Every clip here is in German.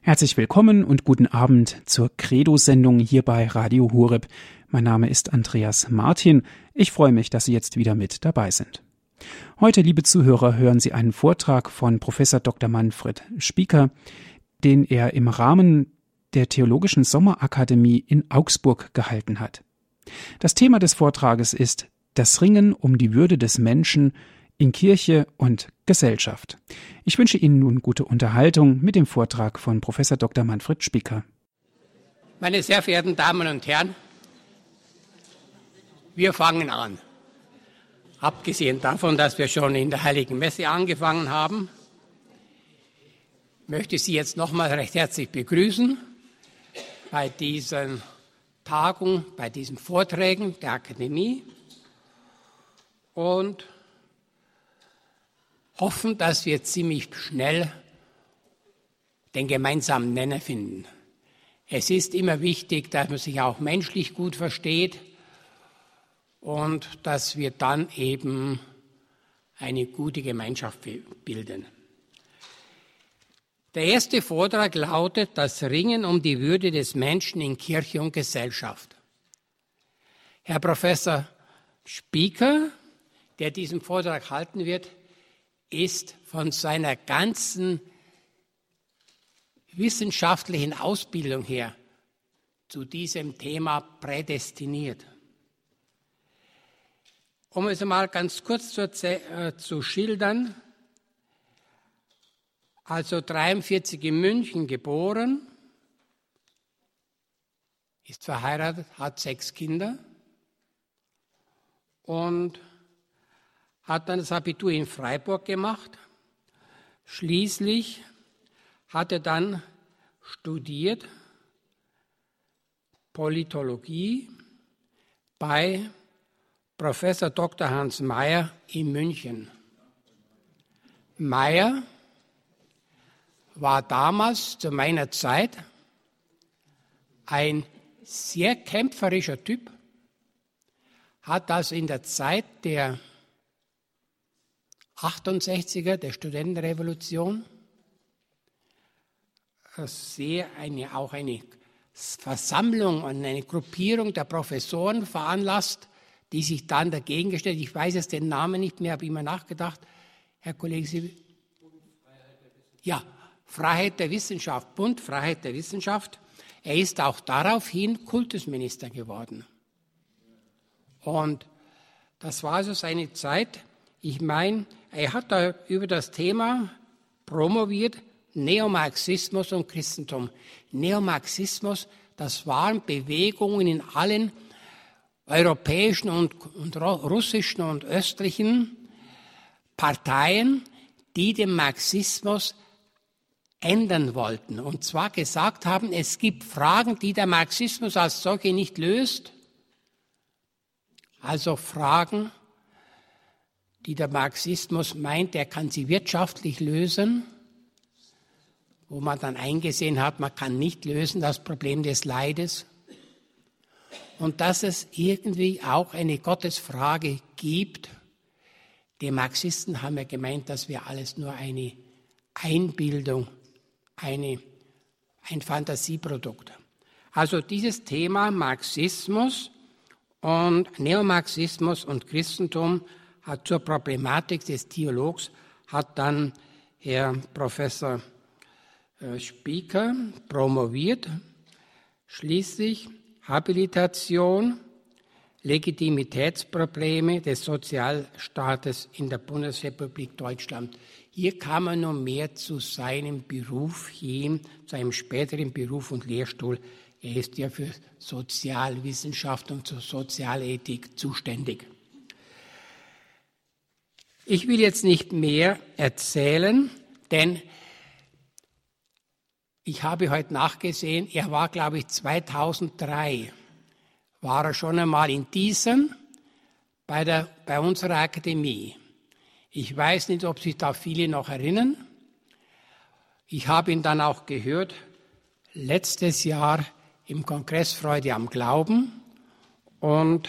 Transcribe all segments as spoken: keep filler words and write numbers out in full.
Herzlich willkommen und guten Abend zur Credo-Sendung hier bei Radio Horeb. Mein Name ist Andreas Martin. Ich freue mich, dass Sie jetzt wieder mit dabei sind. Heute, liebe Zuhörer, hören Sie einen Vortrag von Professor Doktor Manfred Spieker, den er im Rahmen der Theologischen Sommerakademie in Augsburg gehalten hat. Das Thema des Vortrages ist das Ringen um die Würde des Menschen in Kirche und Gesellschaft. Ich wünsche Ihnen nun gute Unterhaltung mit dem Vortrag von Professor Doktor Manfred Spieker. Meine sehr verehrten Damen und Herren, wir fangen an. Abgesehen davon, dass wir schon in der Heiligen Messe angefangen haben, möchte ich Sie jetzt nochmal recht herzlich begrüßen bei diesen Tagungen, bei diesen Vorträgen der Akademie und hoffen, dass wir ziemlich schnell den gemeinsamen Nenner finden. Es ist immer wichtig, dass man sich auch menschlich gut versteht und dass wir dann eben eine gute Gemeinschaft bilden. Der erste Vortrag lautet: Das Ringen um die Würde des Menschen in Kirche und Gesellschaft. Herr Professor Spieker, der diesen Vortrag halten wird, ist von seiner ganzen wissenschaftlichen Ausbildung her zu diesem Thema prädestiniert. Um es einmal ganz kurz zu, äh, zu schildern, also dreiundvierzig in München geboren, ist verheiratet, hat sechs Kinder und hat dann das Abitur in Freiburg gemacht. Schließlich hat er dann studiert Politologie bei Professor Doktor Hans Mayer in München. Mayer war damals zu meiner Zeit ein sehr kämpferischer Typ, hat also in der Zeit der achtundsechziger, der Studentenrevolution, sehr eine, auch eine Versammlung und eine Gruppierung der Professoren veranlasst, die sich dann dagegen gestellt. Ich weiß jetzt den Namen nicht mehr, habe immer nachgedacht. Herr Kollege, Sie... Ja, Freiheit der Wissenschaft, Bund Freiheit der Wissenschaft. Er ist auch daraufhin Kultusminister geworden. Und das war also seine Zeit. Ich meine, er hat da über das Thema promoviert, Neomarxismus und Christentum. Neomarxismus, das waren Bewegungen in allen europäischen und, und russischen und östlichen Parteien, die den Marxismus ändern wollten. Und zwar gesagt haben, es gibt Fragen, die der Marxismus als solche nicht löst. Also Fragen, die der Marxismus meint, er kann sie wirtschaftlich lösen, wo man dann eingesehen hat, man kann nicht lösen das Problem des Leides. Und dass es irgendwie auch eine Gottesfrage gibt. Die Marxisten haben ja gemeint, das wäre alles nur eine Einbildung, eine, ein Fantasieprodukt. Also dieses Thema Marxismus und Neomarxismus und Christentum hat zur Problematik des Dialogs, hat dann Herr Professor Spieker promoviert, schließlich Habilitation, Legitimitätsprobleme des Sozialstaates in der Bundesrepublik Deutschland. Hier kam er nun mehr zu seinem Beruf hin, zu seinem späteren Beruf und Lehrstuhl. Er ist ja für Sozialwissenschaft und zur Sozialethik zuständig. Ich will jetzt nicht mehr erzählen, denn ich habe heute nachgesehen, er war, glaube ich, zweitausenddrei, war er schon einmal in Diesem bei, der, bei unserer Akademie. Ich weiß nicht, ob sich da viele noch erinnern. Ich habe ihn dann auch gehört, letztes Jahr im Kongress Freude am Glauben. Und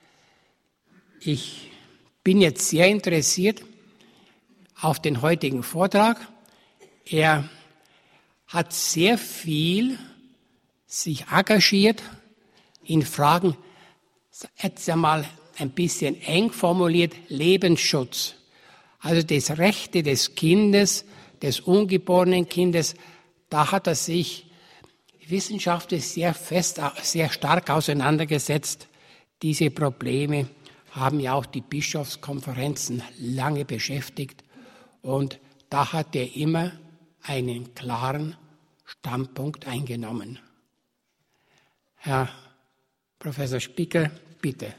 ich bin jetzt sehr interessiert auf den heutigen Vortrag. Er hat sehr viel sich engagiert in Fragen, jetzt einmal ein bisschen eng formuliert, Lebensschutz. Also das Rechte des Kindes, des ungeborenen Kindes, da hat er sich wissenschaftlich sehr fest, sehr stark auseinandergesetzt. Diese Probleme haben ja auch die Bischofskonferenzen lange beschäftigt und da hat er immer einen klaren Standpunkt eingenommen. Herr Professor Spieker, bitte.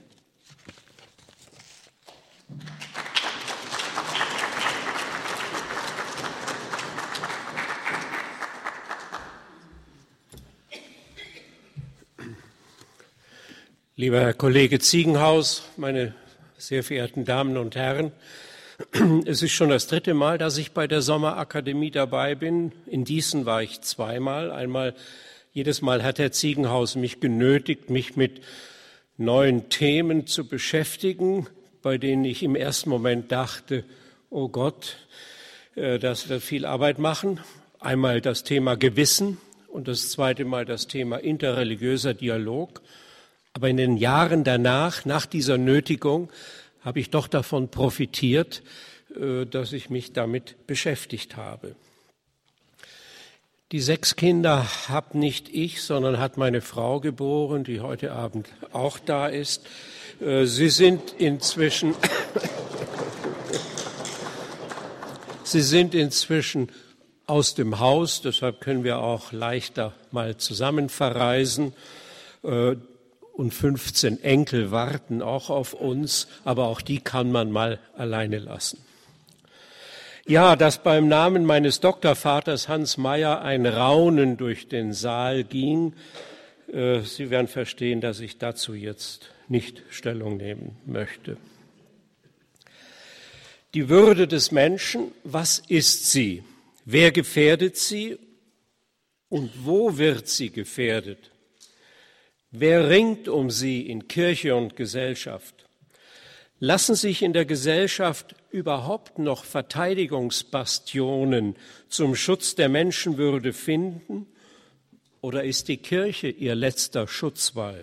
Lieber Herr Kollege Ziegenhaus, meine sehr verehrten Damen und Herren, es ist schon das dritte Mal, dass ich bei der Sommerakademie dabei bin. In Gießen war ich zweimal. Einmal, jedes Mal hat Herr Ziegenhaus mich genötigt, mich mit neuen Themen zu beschäftigen, bei denen ich im ersten Moment dachte, oh Gott, das wird viel Arbeit machen. Einmal das Thema Gewissen und das zweite Mal das Thema interreligiöser Dialog. Aber in den Jahren danach, nach dieser Nötigung, habe ich doch davon profitiert, dass ich mich damit beschäftigt habe. Die sechs Kinder habe nicht ich, sondern hat meine Frau geboren, die heute Abend auch da ist. Sie sind inzwischen, sie sind inzwischen aus dem Haus, deshalb können wir auch leichter mal zusammen verreisen. Und fünfzehn Enkel warten auch auf uns, aber auch die kann man mal alleine lassen. Ja, dass beim Namen meines Doktorvaters Hans Mayer ein Raunen durch den Saal ging, äh, Sie werden verstehen, dass ich dazu jetzt nicht Stellung nehmen möchte. Die Würde des Menschen, was ist sie? Wer gefährdet sie und wo wird sie gefährdet? Wer ringt um sie in Kirche und Gesellschaft? Lassen sich in der Gesellschaft überhaupt noch Verteidigungsbastionen zum Schutz der Menschenwürde finden? Oder ist die Kirche ihr letzter Schutzwall?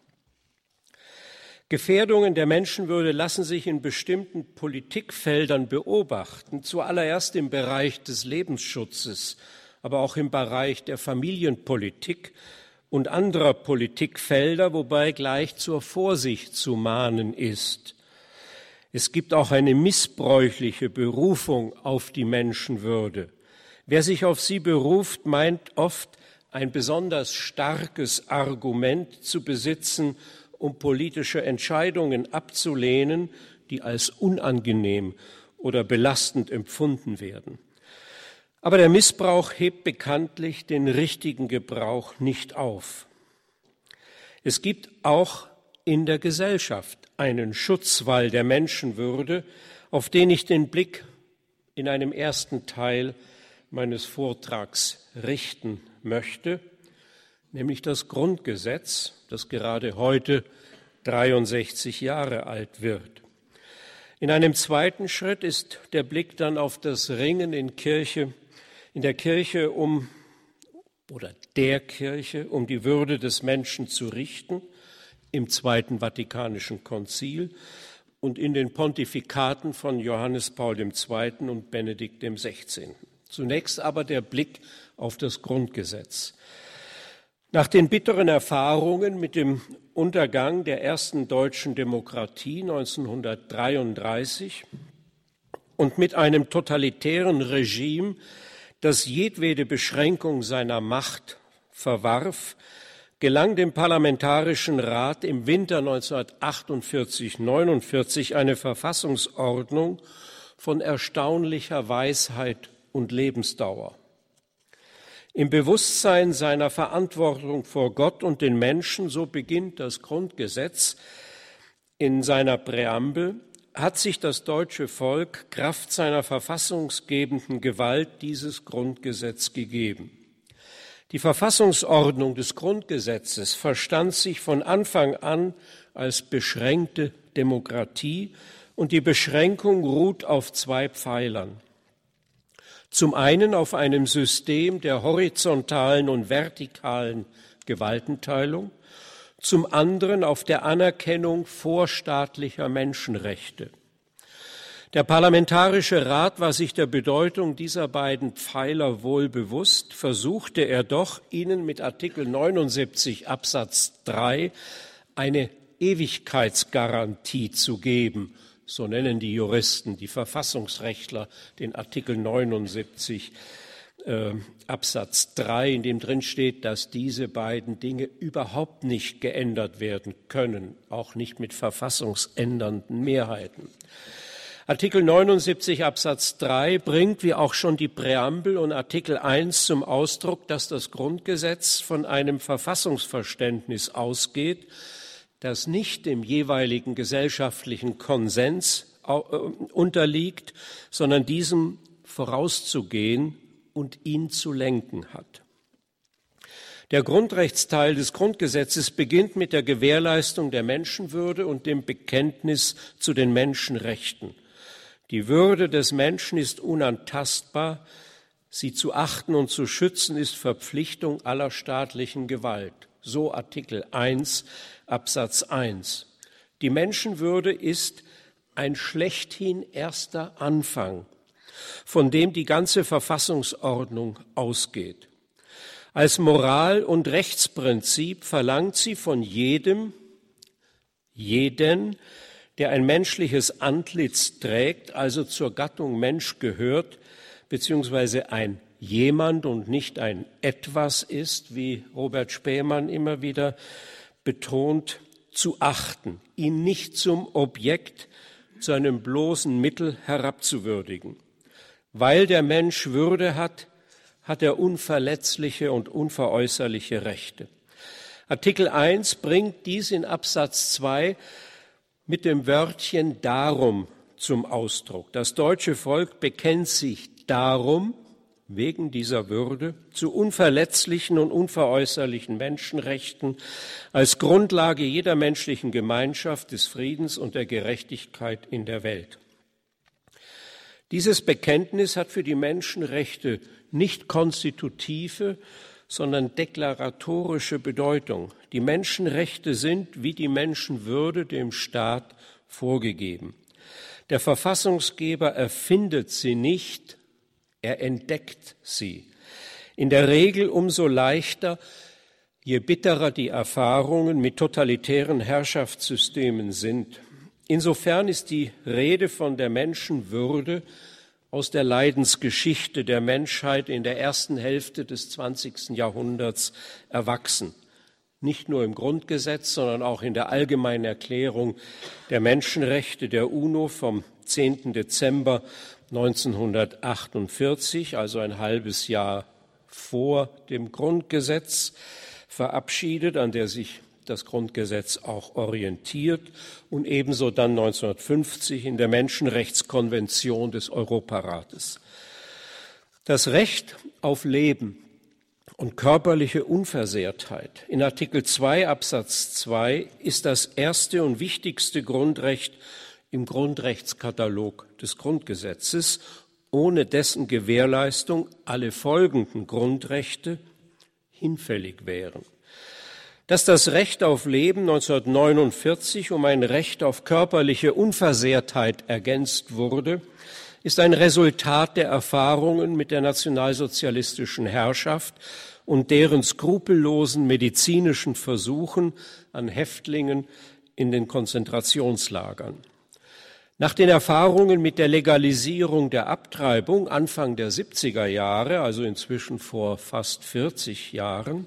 Gefährdungen der Menschenwürde lassen sich in bestimmten Politikfeldern beobachten, zuallererst im Bereich des Lebensschutzes, aber auch im Bereich der Familienpolitik und anderer Politikfelder, wobei gleich zur Vorsicht zu mahnen ist. Es gibt auch eine missbräuchliche Berufung auf die Menschenwürde. Wer sich auf sie beruft, meint oft, ein besonders starkes Argument zu besitzen, um politische Entscheidungen abzulehnen, die als unangenehm oder belastend empfunden werden. Aber der Missbrauch hebt bekanntlich den richtigen Gebrauch nicht auf. Es gibt auch in der Gesellschaft einen Schutzwall der Menschenwürde, auf den ich den Blick in einem ersten Teil meines Vortrags richten möchte, nämlich das Grundgesetz, das gerade heute dreiundsechzig Jahre alt wird. In einem zweiten Schritt ist der Blick dann auf das Ringen in Kirche in der Kirche um oder der Kirche, um die Würde des Menschen zu richten, im Zweiten Vatikanischen Konzil und in den Pontifikaten von Johannes Paul der Zweite und Benedikt der Sechzehnte. Zunächst aber der Blick auf das Grundgesetz. Nach den bitteren Erfahrungen mit dem Untergang der ersten deutschen Demokratie neunzehnhundertdreiunddreißig und mit einem totalitären Regime, das jedwede Beschränkung seiner Macht verwarf, gelang dem Parlamentarischen Rat im Winter neunzehnhundertachtundvierzig neunundvierzig eine Verfassungsordnung von erstaunlicher Weisheit und Lebensdauer. Im Bewusstsein seiner Verantwortung vor Gott und den Menschen, so beginnt das Grundgesetz in seiner Präambel, hat sich das deutsche Volk Kraft seiner verfassungsgebenden Gewalt dieses Grundgesetz gegeben. Die Verfassungsordnung des Grundgesetzes verstand sich von Anfang an als beschränkte Demokratie und die Beschränkung ruht auf zwei Pfeilern. Zum einen auf einem System der horizontalen und vertikalen Gewaltenteilung, zum anderen auf der Anerkennung vorstaatlicher Menschenrechte. Der Parlamentarische Rat war sich der Bedeutung dieser beiden Pfeiler wohl bewusst, versuchte er doch, ihnen mit Artikel neunundsiebzig Absatz drei eine Ewigkeitsgarantie zu geben. So nennen die Juristen, die Verfassungsrechtler den Artikel neunundsiebzig äh, Absatz drei, in dem drin steht, dass diese beiden Dinge überhaupt nicht geändert werden können, auch nicht mit verfassungsändernden Mehrheiten. Artikel neunundsiebzig Absatz drei bringt, wie auch schon die Präambel und Artikel eins zum Ausdruck, dass das Grundgesetz von einem Verfassungsverständnis ausgeht, das nicht dem jeweiligen gesellschaftlichen Konsens unterliegt, sondern diesem vorauszugehen und ihn zu lenken hat. Der Grundrechtsteil des Grundgesetzes beginnt mit der Gewährleistung der Menschenwürde und dem Bekenntnis zu den Menschenrechten. Die Würde des Menschen ist unantastbar. Sie zu achten und zu schützen ist Verpflichtung aller staatlichen Gewalt. So Artikel eins Absatz eins. Die Menschenwürde ist ein schlechthin erster Anfang, von dem die ganze Verfassungsordnung ausgeht. Als Moral- und Rechtsprinzip verlangt sie von jedem, jeden, der ein menschliches Antlitz trägt, also zur Gattung Mensch gehört, beziehungsweise ein jemand und nicht ein etwas ist, wie Robert Spähmann immer wieder betont, zu achten, ihn nicht zum Objekt, zu einem bloßen Mittel herabzuwürdigen. Weil der Mensch Würde hat, hat er unverletzliche und unveräußerliche Rechte. Artikel eins bringt dies in Absatz zwei mit dem Wörtchen darum zum Ausdruck. Das deutsche Volk bekennt sich darum, wegen dieser Würde, zu unverletzlichen und unveräußerlichen Menschenrechten als Grundlage jeder menschlichen Gemeinschaft, des Friedens und der Gerechtigkeit in der Welt. Dieses Bekenntnis hat für die Menschenrechte nicht konstitutive, sondern deklaratorische Bedeutung. Die Menschenrechte sind, wie die Menschenwürde, dem Staat vorgegeben. Der Verfassungsgeber erfindet sie nicht, er entdeckt sie. In der Regel umso leichter, je bitterer die Erfahrungen mit totalitären Herrschaftssystemen sind. Insofern ist die Rede von der Menschenwürde aus der Leidensgeschichte der Menschheit in der ersten Hälfte des zwanzigsten Jahrhunderts erwachsen. Nicht nur im Grundgesetz, sondern auch in der Allgemeinen Erklärung der Menschenrechte der UNO vom zehnten Dezember neunzehnhundertachtundvierzig, also ein halbes Jahr vor dem Grundgesetz, verabschiedet, an der sich das Grundgesetz auch orientiert, und ebenso dann neunzehnhundertfünfzig in der Menschenrechtskonvention des Europarates. Das Recht auf Leben und körperliche Unversehrtheit in Artikel zwei Absatz zwei ist das erste und wichtigste Grundrecht im Grundrechtskatalog des Grundgesetzes, ohne dessen Gewährleistung alle folgenden Grundrechte hinfällig wären. Dass das Recht auf Leben neunzehnhundertneunundvierzig um ein Recht auf körperliche Unversehrtheit ergänzt wurde, ist ein Resultat der Erfahrungen mit der nationalsozialistischen Herrschaft und deren skrupellosen medizinischen Versuchen an Häftlingen in den Konzentrationslagern. Nach den Erfahrungen mit der Legalisierung der Abtreibung Anfang der siebziger Jahre, also inzwischen vor fast vierzig Jahren,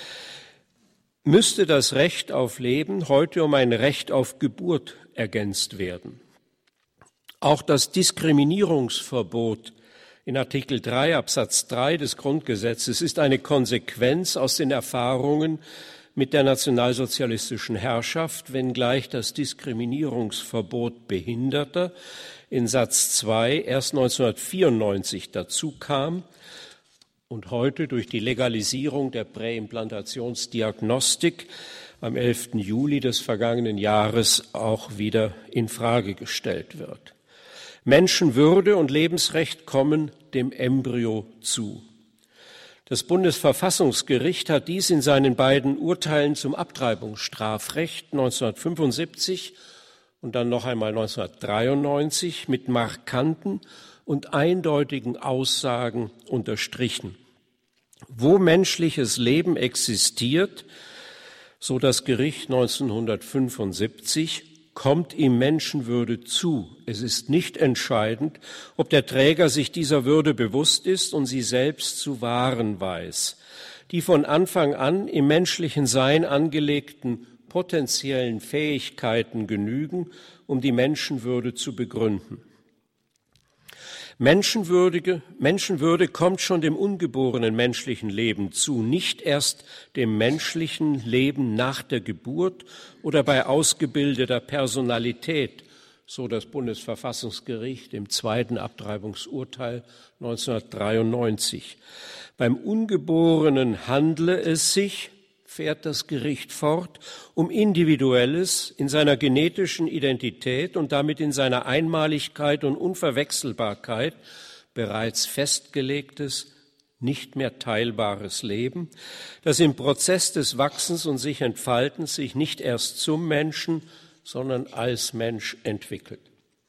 müsste das Recht auf Leben heute um ein Recht auf Geburt ergänzt werden. Auch das Diskriminierungsverbot in Artikel drei Absatz drei des Grundgesetzes ist eine Konsequenz aus den Erfahrungen mit der nationalsozialistischen Herrschaft, wenngleich das Diskriminierungsverbot Behinderter in Satz zwei erst neunzehnhundertvierundneunzig dazu kam und heute durch die Legalisierung der Präimplantationsdiagnostik am elften Juli des vergangenen Jahres auch wieder in Frage gestellt wird. Menschenwürde und Lebensrecht kommen dem Embryo zu. Das Bundesverfassungsgericht hat dies in seinen beiden Urteilen zum Abtreibungsstrafrecht neunzehnhundertfünfundsiebzig und dann noch einmal neunzehnhundertdreiundneunzig mit markanten und eindeutigen Aussagen unterstrichen. Wo menschliches Leben existiert, so das Gericht neunzehnhundertfünfundsiebzig, kommt ihm Menschenwürde zu. Es ist nicht entscheidend, ob der Träger sich dieser Würde bewusst ist und sie selbst zu wahren weiß. Die von Anfang an im menschlichen Sein angelegten potenziellen Fähigkeiten genügen, um die Menschenwürde zu begründen. Menschenwürdige, Menschenwürde kommt schon dem ungeborenen menschlichen Leben zu, nicht erst dem menschlichen Leben nach der Geburt oder bei ausgebildeter Personalität, so das Bundesverfassungsgericht im zweiten Abtreibungsurteil neunzehnhundertdreiundneunzig. Beim Ungeborenen handle es sich, fährt das Gericht fort, um Individuelles in seiner genetischen Identität und damit in seiner Einmaligkeit und Unverwechselbarkeit bereits festgelegtes, nicht mehr teilbares Leben, das im Prozess des Wachsens und sich Entfaltens sich nicht erst zum Menschen, sondern als Mensch entwickelt.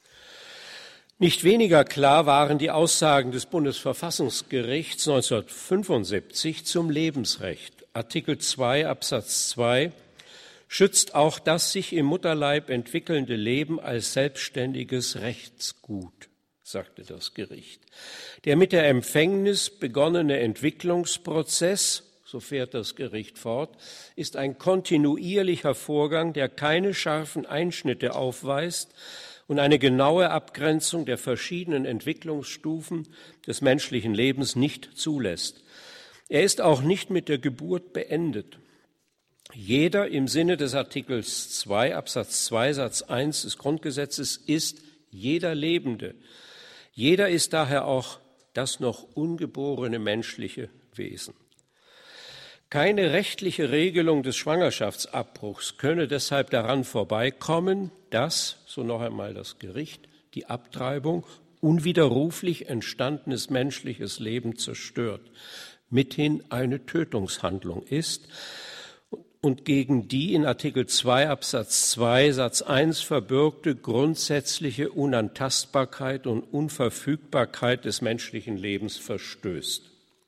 Nicht weniger klar waren die Aussagen des Bundesverfassungsgerichts neunzehnhundertfünfundsiebzig zum Lebensrecht. Artikel zwei Absatz zwei schützt auch das sich im Mutterleib entwickelnde Leben als selbstständiges Rechtsgut, sagte das Gericht. Der mit der Empfängnis begonnene Entwicklungsprozess, so fährt das Gericht fort, ist ein kontinuierlicher Vorgang, der keine scharfen Einschnitte aufweist und eine genaue Abgrenzung der verschiedenen Entwicklungsstufen des menschlichen Lebens nicht zulässt. Er ist auch nicht mit der Geburt beendet. Jeder im Sinne des Artikels zwei Absatz zwei Satz eins des Grundgesetzes ist jeder Lebende. Jeder ist daher auch das noch ungeborene menschliche Wesen. Keine rechtliche Regelung des Schwangerschaftsabbruchs könne deshalb daran vorbeikommen, dass, so noch einmal das Gericht, die Abtreibung unwiderruflich entstandenes menschliches Leben zerstört, mithin eine Tötungshandlung ist und gegen die in Artikel zwei Absatz zwei Satz eins verbürgte grundsätzliche Unantastbarkeit und Unverfügbarkeit des menschlichen Lebens verstößt.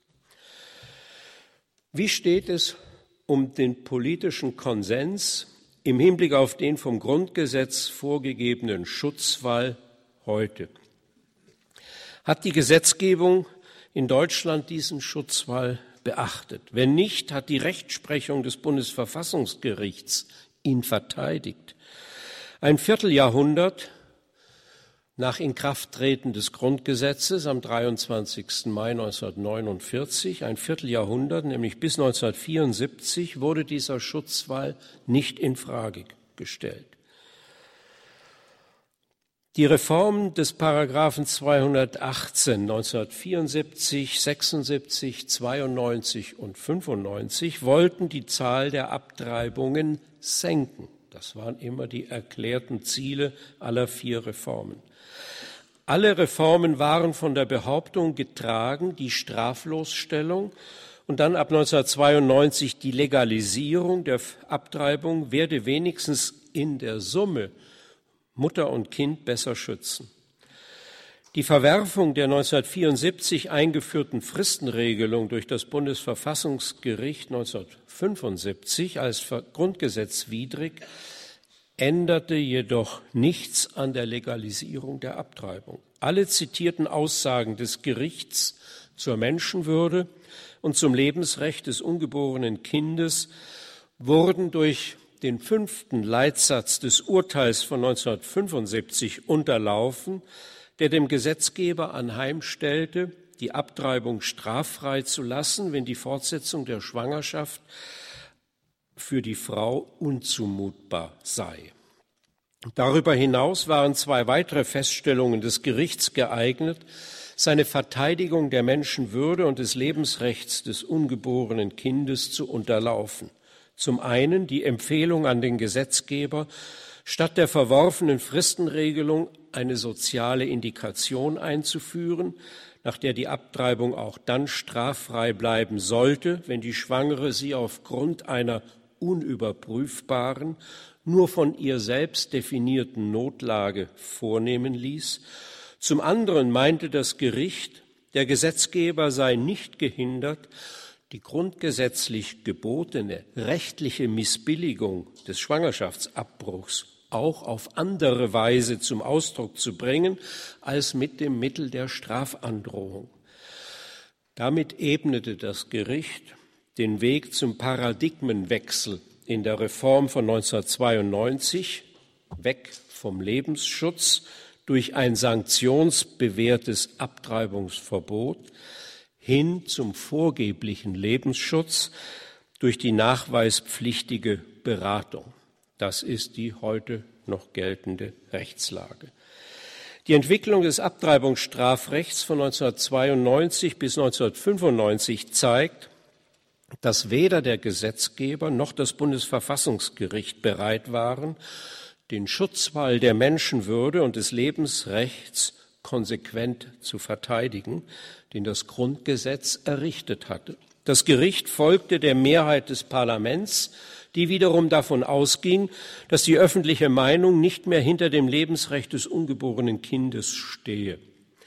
Wie steht es um den politischen Konsens im Hinblick auf den vom Grundgesetz vorgegebenen Schutzwall heute? Hat die Gesetzgebung in Deutschland diesen Schutzwall beachtet? Wenn nicht, hat die Rechtsprechung des Bundesverfassungsgerichts ihn verteidigt. Ein Vierteljahrhundert nach Inkrafttreten des Grundgesetzes am dreiundzwanzigsten Mai neunzehnhundertneunundvierzig, ein Vierteljahrhundert, nämlich bis neunzehnhundertvierundsiebzig, wurde dieser Schutzwall nicht in Frage gestellt. Die Reformen des Paragraphen zweihundertachtzehn neunzehnhundertvierundsiebzig, sechsundsiebzig, zweiundneunzig und fünfundneunzig wollten die Zahl der Abtreibungen senken. Das waren immer die erklärten Ziele aller vier Reformen. Alle Reformen waren von der Behauptung getragen, die Straflosstellung und dann ab neunzehnhundertzweiundneunzig die Legalisierung der Abtreibung werde wenigstens in der Summe Mutter und Kind besser schützen. Die Verwerfung der neunzehnhundertvierundsiebzig eingeführten Fristenregelung durch das Bundesverfassungsgericht neunzehnhundertfünfundsiebzig als grundgesetzwidrig änderte jedoch nichts an der Legalisierung der Abtreibung. Alle zitierten Aussagen des Gerichts zur Menschenwürde und zum Lebensrecht des ungeborenen Kindes wurden durch den fünften Leitsatz des Urteils von neunzehnhundertfünfundsiebzig unterlaufen, der dem Gesetzgeber anheimstellte, die Abtreibung straffrei zu lassen, wenn die Fortsetzung der Schwangerschaft für die Frau unzumutbar sei. Darüber hinaus waren zwei weitere Feststellungen des Gerichts geeignet, seine Verteidigung der Menschenwürde und des Lebensrechts des ungeborenen Kindes zu unterlaufen. Zum einen die Empfehlung an den Gesetzgeber, Statt der verworfenen Fristenregelung eine soziale Indikation einzuführen, nach der die Abtreibung auch dann straffrei bleiben sollte, wenn die Schwangere sie aufgrund einer unüberprüfbaren, nur von ihr selbst definierten Notlage vornehmen ließ. Zum anderen meinte das Gericht, der Gesetzgeber sei nicht gehindert, die grundgesetzlich gebotene rechtliche Missbilligung des Schwangerschaftsabbruchs auch auf andere Weise zum Ausdruck zu bringen, als mit dem Mittel der Strafandrohung. Damit ebnete das Gericht den Weg zum Paradigmenwechsel in der Reform von neunzehnhundertzweiundneunzig, weg vom Lebensschutz durch ein sanktionsbewährtes Abtreibungsverbot hin zum vorgeblichen Lebensschutz durch die nachweispflichtige Beratung. Das ist die heute noch geltende Rechtslage. Die Entwicklung des Abtreibungsstrafrechts von neunzehnhundertzweiundneunzig bis neunzehnhundertfünfundneunzig zeigt, dass weder der Gesetzgeber noch das Bundesverfassungsgericht bereit waren, den Schutzwall der Menschenwürde und des Lebensrechts konsequent zu verteidigen, den das Grundgesetz errichtet hatte. Das Gericht folgte der Mehrheit des Parlaments, die wiederum davon ausging, dass die öffentliche Meinung nicht mehr hinter dem Lebensrecht des ungeborenen Kindes stehe.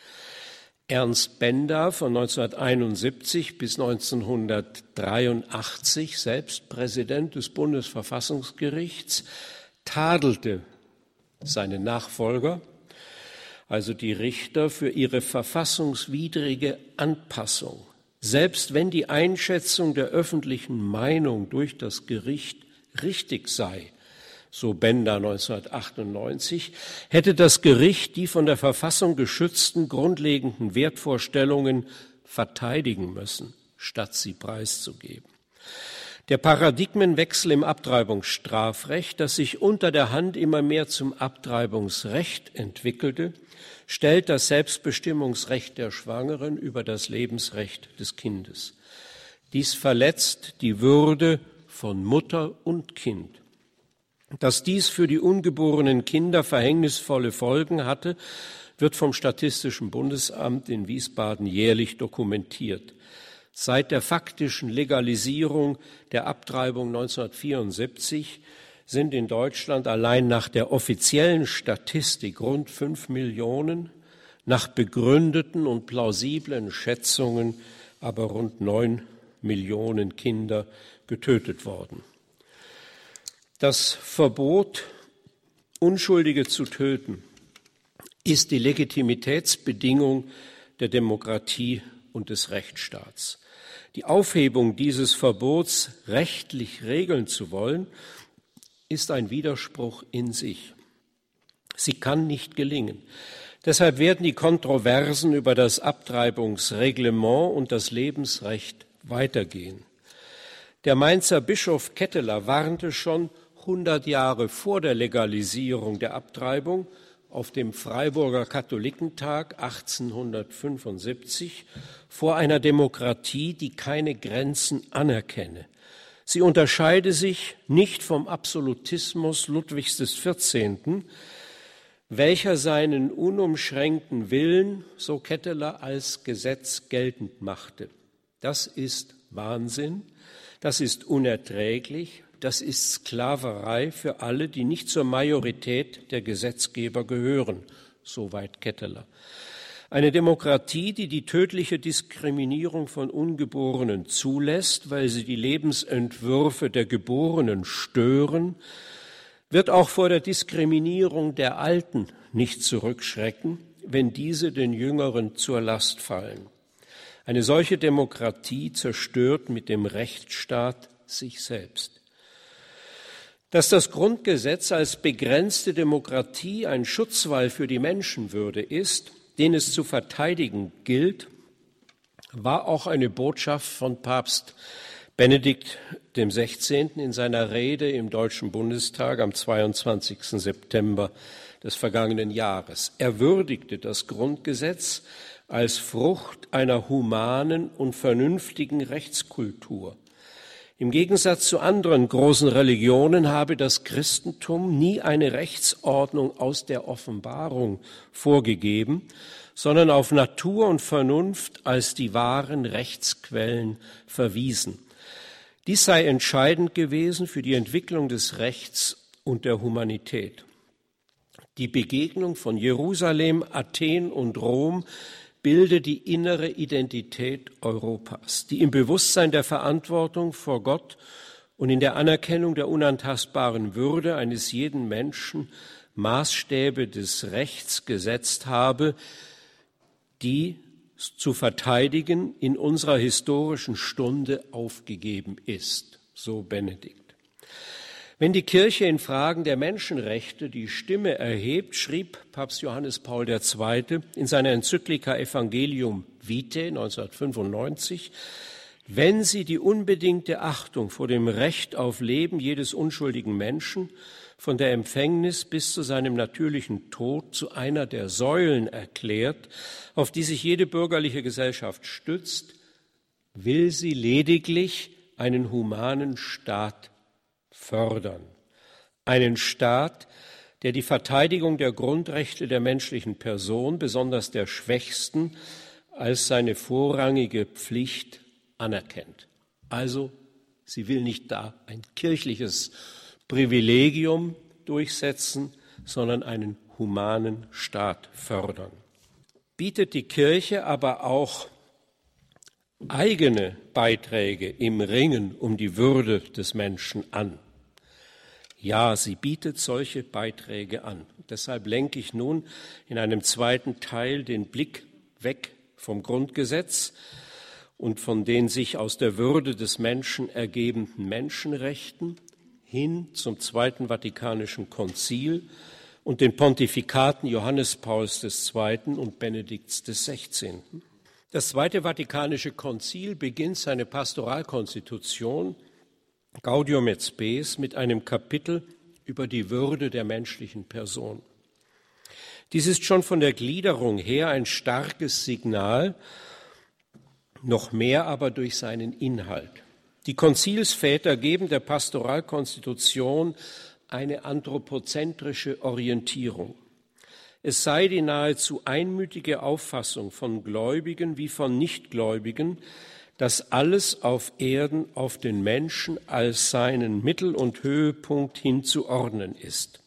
Ernst Benda von neunzehnhunderteinundsiebzig bis neunzehnhundertdreiundachtzig, selbst Präsident des Bundesverfassungsgerichts, tadelte seine Nachfolger, also die Richter, für ihre verfassungswidrige Anpassung. Selbst wenn die Einschätzung der öffentlichen Meinung durch das Gericht richtig sei, so Benda neunzehnhundertachtundneunzig, hätte das Gericht die von der Verfassung geschützten grundlegenden Wertvorstellungen verteidigen müssen, statt sie preiszugeben. Der Paradigmenwechsel im Abtreibungsstrafrecht, das sich unter der Hand immer mehr zum Abtreibungsrecht entwickelte, stellt das Selbstbestimmungsrecht der Schwangeren über das Lebensrecht des Kindes. Dies verletzt die Würde von Mutter und Kind. Dass dies für die ungeborenen Kinder verhängnisvolle Folgen hatte, wird vom Statistischen Bundesamt in Wiesbaden jährlich dokumentiert. Seit der faktischen Legalisierung der Abtreibung neunzehnhundertvierundsiebzig sind in Deutschland allein nach der offiziellen Statistik rund fünf Millionen, nach begründeten und plausiblen Schätzungen aber rund neun Millionen Kinder getötet worden. Das Verbot, Unschuldige zu töten, ist die Legitimitätsbedingung der Demokratie und des Rechtsstaats. Die Aufhebung dieses Verbots rechtlich regeln zu wollen, ist ein Widerspruch in sich. Sie kann nicht gelingen. Deshalb werden die Kontroversen über das Abtreibungsreglement und das Lebensrecht weitergehen. Der Mainzer Bischof Ketteler warnte schon hundert Jahre vor der Legalisierung der Abtreibung auf dem Freiburger Katholikentag achtzehnhundertfünfundsiebzig vor einer Demokratie, die keine Grenzen anerkenne. Sie unterscheide sich nicht vom Absolutismus Ludwigs des Vierzehnten, welcher seinen unumschränkten Willen, so Ketteler, als Gesetz geltend machte. Das ist Wahnsinn, das ist unerträglich, das ist Sklaverei für alle, die nicht zur Majorität der Gesetzgeber gehören, soweit Ketteler. Eine Demokratie, die die tödliche Diskriminierung von Ungeborenen zulässt, weil sie die Lebensentwürfe der Geborenen stören, wird auch vor der Diskriminierung der Alten nicht zurückschrecken, wenn diese den Jüngeren zur Last fallen. Eine solche Demokratie zerstört mit dem Rechtsstaat sich selbst. Dass das Grundgesetz als begrenzte Demokratie ein Schutzwall für die Menschenwürde ist, den es zu verteidigen gilt, war auch eine Botschaft von Papst Benedikt dem Sechzehnten in seiner Rede im Deutschen Bundestag am zweiundzwanzigsten September des vergangenen Jahres. Er würdigte das Grundgesetz als Frucht einer humanen und vernünftigen Rechtskultur. Im Gegensatz zu anderen großen Religionen habe das Christentum nie eine Rechtsordnung aus der Offenbarung vorgegeben, sondern auf Natur und Vernunft als die wahren Rechtsquellen verwiesen. Dies sei entscheidend gewesen für die Entwicklung des Rechts und der Humanität. Die Begegnung von Jerusalem, Athen und Rom bilde die innere Identität Europas, die im Bewusstsein der Verantwortung vor Gott und in der Anerkennung der unantastbaren Würde eines jeden Menschen Maßstäbe des Rechts gesetzt habe, die zu verteidigen in unserer historischen Stunde aufgegeben ist, so Benedikt. Wenn die Kirche in Fragen der Menschenrechte die Stimme erhebt, schrieb Papst Johannes Paul der Zweite in seiner Enzyklika Evangelium Vitae neunzehnhundertfünfundneunzig, wenn sie die unbedingte Achtung vor dem Recht auf Leben jedes unschuldigen Menschen von der Empfängnis bis zu seinem natürlichen Tod zu einer der Säulen erklärt, auf die sich jede bürgerliche Gesellschaft stützt, will sie lediglich einen humanen Staat fördern. Einen Staat, der die Verteidigung der Grundrechte der menschlichen Person, besonders der Schwächsten, als seine vorrangige Pflicht anerkennt. Also, sie will nicht da ein kirchliches Privilegium durchsetzen, sondern einen humanen Staat fördern. Bietet die Kirche aber auch eigene Beiträge im Ringen um die Würde des Menschen an? Ja, sie bietet solche Beiträge an. Deshalb lenke ich nun in einem zweiten Teil den Blick weg vom Grundgesetz und von den sich aus der Würde des Menschen ergebenden Menschenrechten hin zum Zweiten Vatikanischen Konzil und den Pontifikaten Johannes Pauls des Zweiten und Benedikts des Sechzehnten. Das Zweite Vatikanische Konzil beginnt seine Pastoralkonstitution Gaudium et Spes mit einem Kapitel über die Würde der menschlichen Person. Dies ist schon von der Gliederung her ein starkes Signal, noch mehr aber durch seinen Inhalt. Die Konzilsväter geben der Pastoralkonstitution eine anthropozentrische Orientierung. Es sei die nahezu einmütige Auffassung von Gläubigen wie von Nichtgläubigen, dass alles auf Erden auf den Menschen als seinen Mittel- und Höhepunkt hinzuordnen ist.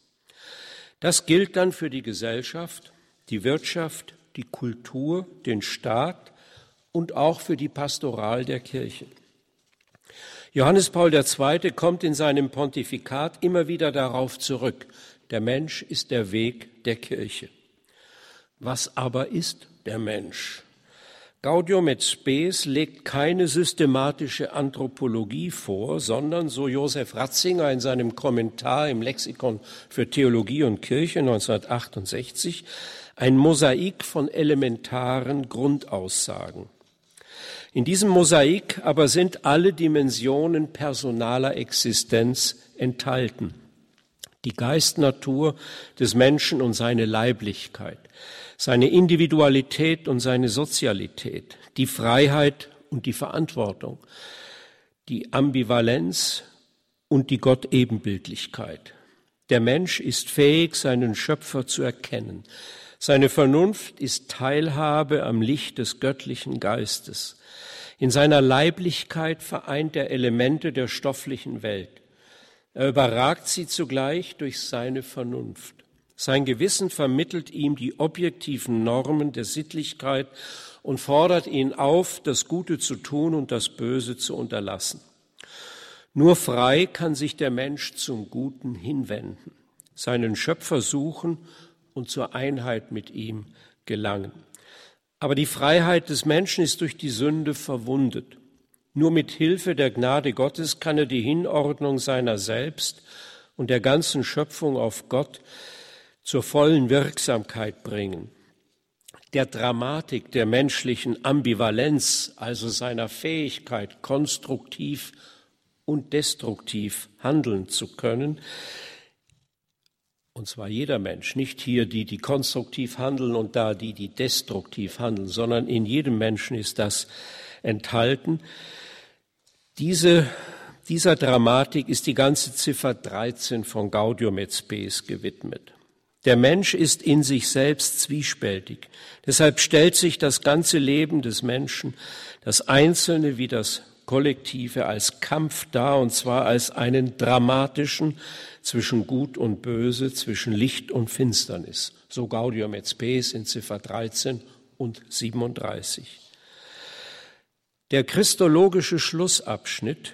Das gilt dann für die Gesellschaft, die Wirtschaft, die Kultur, den Staat und auch für die Pastoral der Kirche. Johannes Paul der Zweite kommt in seinem Pontifikat immer wieder darauf zurück, der Mensch ist der Weg der Kirche. Was aber ist der Mensch? Gaudium et Spes legt keine systematische Anthropologie vor, sondern, so Josef Ratzinger in seinem Kommentar im Lexikon für Theologie und Kirche neunzehnhundertachtundsechzig, ein Mosaik von elementaren Grundaussagen. In diesem Mosaik aber sind alle Dimensionen personaler Existenz enthalten. Die Geistnatur des Menschen und seine Leiblichkeit, seine Individualität und seine Sozialität, die Freiheit und die Verantwortung, die Ambivalenz und die Gottebenbildlichkeit. Der Mensch ist fähig, seinen Schöpfer zu erkennen. Seine Vernunft ist Teilhabe am Licht des göttlichen Geistes. In seiner Leiblichkeit vereint er Elemente der stofflichen Welt. Er überragt sie zugleich durch seine Vernunft. Sein Gewissen vermittelt ihm die objektiven Normen der Sittlichkeit und fordert ihn auf, das Gute zu tun und das Böse zu unterlassen. Nur frei kann sich der Mensch zum Guten hinwenden, seinen Schöpfer suchen und zur Einheit mit ihm gelangen. Aber die Freiheit des Menschen ist durch die Sünde verwundet. Nur mit Hilfe der Gnade Gottes kann er die Hinordnung seiner selbst und der ganzen Schöpfung auf Gott zur vollen Wirksamkeit bringen. Der Dramatik der menschlichen Ambivalenz, also seiner Fähigkeit, konstruktiv und destruktiv handeln zu können, und zwar jeder Mensch, nicht hier die, die konstruktiv handeln und da die, die destruktiv handeln, sondern in jedem Menschen ist das enthalten. Diese Dieser Dramatik ist die ganze Ziffer dreizehn von Gaudium et Spes gewidmet. Der Mensch ist in sich selbst zwiespältig. Deshalb stellt sich das ganze Leben des Menschen, das Einzelne wie das Kollektive, als Kampf dar, und zwar als einen dramatischen zwischen Gut und Böse, zwischen Licht und Finsternis. So Gaudium et Spes in Ziffer dreizehn und siebenunddreißig. Der christologische Schlussabschnitt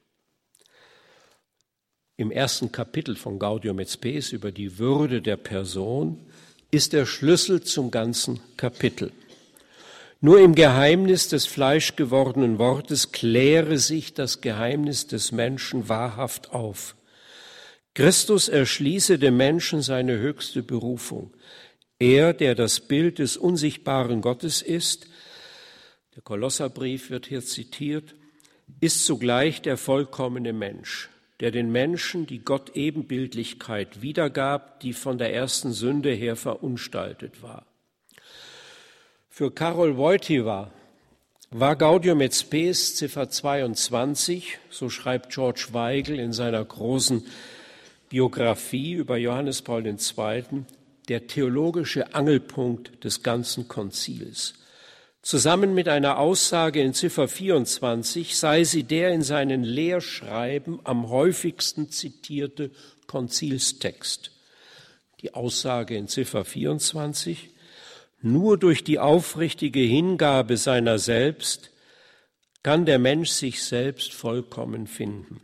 im ersten Kapitel von Gaudium et Spes über die Würde der Person ist der Schlüssel zum ganzen Kapitel. Nur im Geheimnis des fleischgewordenen Wortes kläre sich das Geheimnis des Menschen wahrhaft auf. Christus erschließe dem Menschen seine höchste Berufung. Er, der das Bild des unsichtbaren Gottes ist, der Kolosserbrief wird hier zitiert, ist zugleich der vollkommene Mensch, der den Menschen die Gott-Ebenbildlichkeit wiedergab, die von der ersten Sünde her verunstaltet war. Für Karol Wojtyła war Gaudium et Spes Ziffer zweiundzwanzig, so schreibt George Weigel in seiner großen Biografie über Johannes Paul der Zweite., der theologische Angelpunkt des ganzen Konzils. Zusammen mit einer Aussage in Ziffer vierundzwanzig sei sie der in seinen Lehrschreiben am häufigsten zitierte Konzilstext. Die Aussage in Ziffer vierundzwanzig: Nur durch die aufrichtige Hingabe seiner selbst kann der Mensch sich selbst vollkommen finden.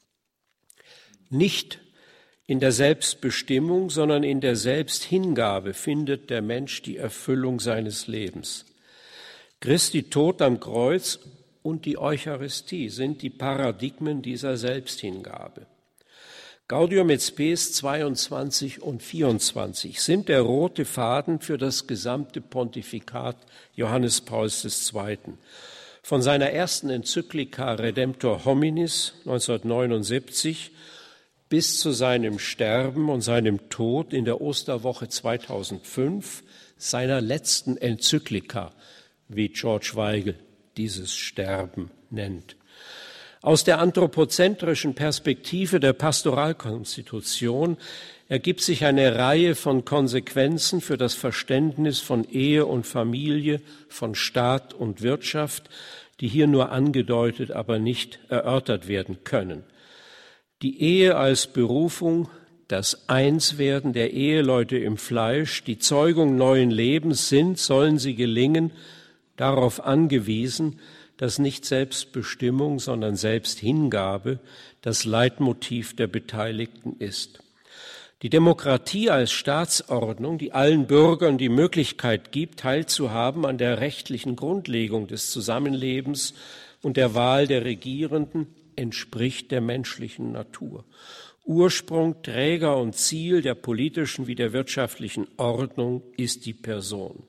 Nicht in der Selbstbestimmung, sondern in der Selbsthingabe findet der Mensch die Erfüllung seines Lebens. Christi Tod am Kreuz und die Eucharistie sind die Paradigmen dieser Selbsthingabe. Gaudium et Spes zweiundzwanzig und vierundzwanzig sind der rote Faden für das gesamte Pontifikat Johannes Pauls des Zweiten. Von seiner ersten Enzyklika Redemptor Hominis neunzehnhundertneunundsiebzig bis zu seinem Sterben und seinem Tod in der Osterwoche zweitausendfünf, seiner letzten Enzyklika, wie George Weigel dieses Sterben nennt. Aus der anthropozentrischen Perspektive der Pastoralkonstitution ergibt sich eine Reihe von Konsequenzen für das Verständnis von Ehe und Familie, von Staat und Wirtschaft, die hier nur angedeutet, aber nicht erörtert werden können. Die Ehe als Berufung, das Einswerden der Eheleute im Fleisch, die Zeugung neuen Lebens sind, sollen sie gelingen, darauf angewiesen, dass nicht Selbstbestimmung, sondern Selbsthingabe das Leitmotiv der Beteiligten ist. Die Demokratie als Staatsordnung, die allen Bürgern die Möglichkeit gibt, teilzuhaben an der rechtlichen Grundlegung des Zusammenlebens und der Wahl der Regierenden, entspricht der menschlichen Natur. Ursprung, Träger und Ziel der politischen wie der wirtschaftlichen Ordnung ist die Person.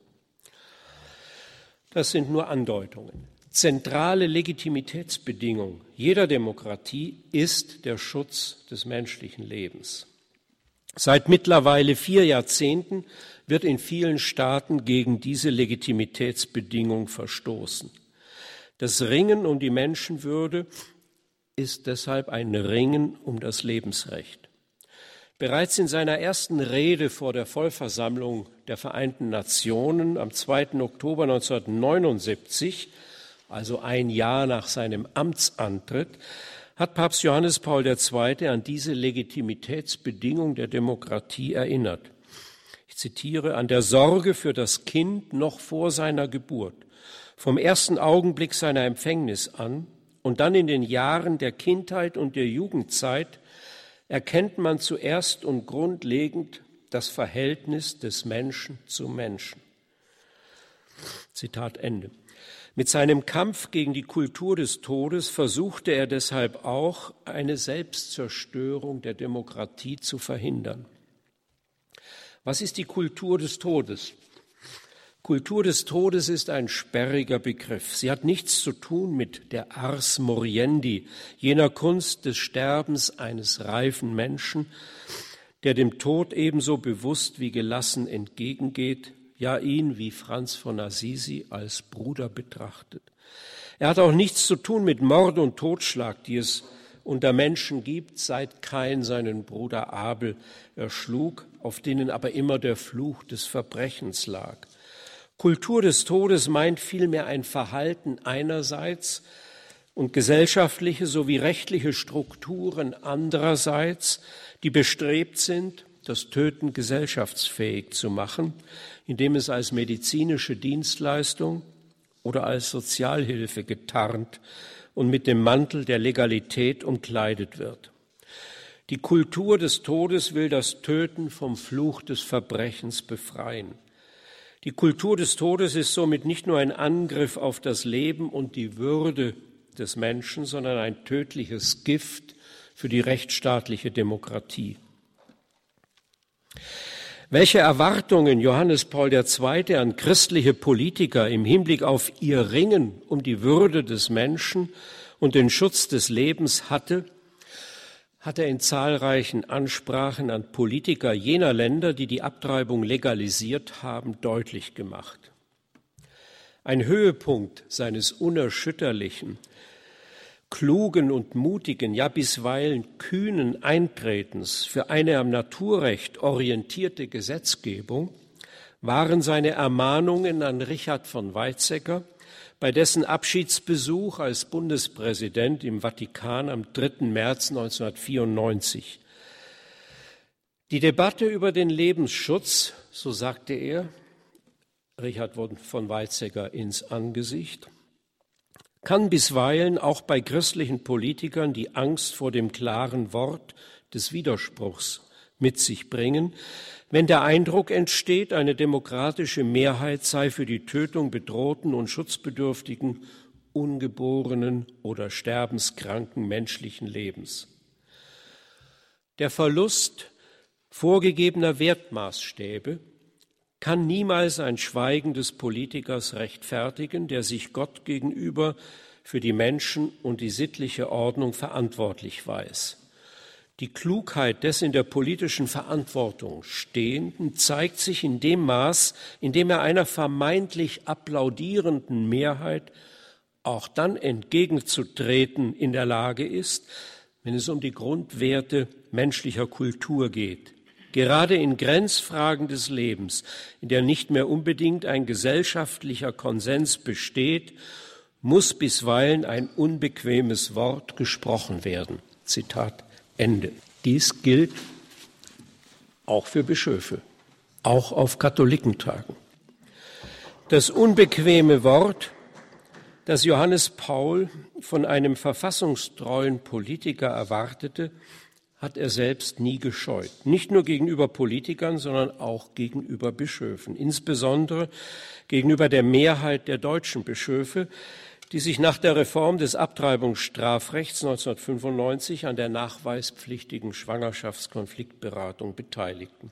Das sind nur Andeutungen. Zentrale Legitimitätsbedingung jeder Demokratie ist der Schutz des menschlichen Lebens. Seit mittlerweile vier Jahrzehnten wird in vielen Staaten gegen diese Legitimitätsbedingung verstoßen. Das Ringen um die Menschenwürde ist deshalb ein Ringen um das Lebensrecht. Bereits in seiner ersten Rede vor der Vollversammlung der Vereinten Nationen am zweiten Oktober neunzehnhundertneunundsiebzig, also ein Jahr nach seinem Amtsantritt, hat Papst Johannes Paul der Zweite an diese Legitimitätsbedingung der Demokratie erinnert. Ich zitiere: An der Sorge für das Kind noch vor seiner Geburt, vom ersten Augenblick seiner Empfängnis an und dann in den Jahren der Kindheit und der Jugendzeit erkennt man zuerst und grundlegend das Verhältnis des Menschen zum Menschen. Zitat Ende. Mit seinem Kampf gegen die Kultur des Todes versuchte er deshalb auch, eine Selbstzerstörung der Demokratie zu verhindern. Was ist die Kultur des Todes? Kultur des Todes ist ein sperriger Begriff. Sie hat nichts zu tun mit der Ars Moriendi, jener Kunst des Sterbens eines reifen Menschen, der dem Tod ebenso bewusst wie gelassen entgegengeht, ja ihn, wie Franz von Assisi, als Bruder betrachtet. Er hat auch nichts zu tun mit Mord und Totschlag, die es unter Menschen gibt, seit Kain seinen Bruder Abel erschlug, auf denen aber immer der Fluch des Verbrechens lag. Kultur des Todes meint vielmehr ein Verhalten einerseits und gesellschaftliche sowie rechtliche Strukturen andererseits, die bestrebt sind, das Töten gesellschaftsfähig zu machen, indem es als medizinische Dienstleistung oder als Sozialhilfe getarnt und mit dem Mantel der Legalität umkleidet wird. Die Kultur des Todes will das Töten vom Fluch des Verbrechens befreien. Die Kultur des Todes ist somit nicht nur ein Angriff auf das Leben und die Würde des Menschen, sondern ein tödliches Gift für die rechtsstaatliche Demokratie. Welche Erwartungen Johannes Paul der Zweite an christliche Politiker im Hinblick auf ihr Ringen um die Würde des Menschen und den Schutz des Lebens hatte, hat er in zahlreichen Ansprachen an Politiker jener Länder, die die Abtreibung legalisiert haben, deutlich gemacht. Ein Höhepunkt seines unerschütterlichen, klugen und mutigen, ja bisweilen kühnen Eintretens für eine am Naturrecht orientierte Gesetzgebung waren seine Ermahnungen an Richard von Weizsäcker bei dessen Abschiedsbesuch als Bundespräsident im Vatikan am dritten März neunzehnhundertvierundneunzig. Die Debatte über den Lebensschutz, so sagte er, Richard von Weizsäcker ins Angesicht, kann bisweilen auch bei christlichen Politikern die Angst vor dem klaren Wort des Widerspruchs mit sich bringen, wenn der Eindruck entsteht, eine demokratische Mehrheit sei für die Tötung bedrohten und schutzbedürftigen, ungeborenen oder sterbenskranken menschlichen Lebens. Der Verlust vorgegebener Wertmaßstäbe kann niemals ein Schweigen des Politikers rechtfertigen, der sich Gott gegenüber für die Menschen und die sittliche Ordnung verantwortlich weiß. Die Klugheit des in der politischen Verantwortung Stehenden zeigt sich in dem Maß, in dem er einer vermeintlich applaudierenden Mehrheit auch dann entgegenzutreten in der Lage ist, wenn es um die Grundwerte menschlicher Kultur geht. Gerade in Grenzfragen des Lebens, in der nicht mehr unbedingt ein gesellschaftlicher Konsens besteht, muss bisweilen ein unbequemes Wort gesprochen werden. Zitat Ende. Dies gilt auch für Bischöfe, auch auf Katholikentagen. Das unbequeme Wort, das Johannes Paul von einem verfassungstreuen Politiker erwartete, hat er selbst nie gescheut. Nicht nur gegenüber Politikern, sondern auch gegenüber Bischöfen, insbesondere gegenüber der Mehrheit der deutschen Bischöfe, die sich nach der Reform des Abtreibungsstrafrechts neunzehnhundertfünfundneunzig an der nachweispflichtigen Schwangerschaftskonfliktberatung beteiligten.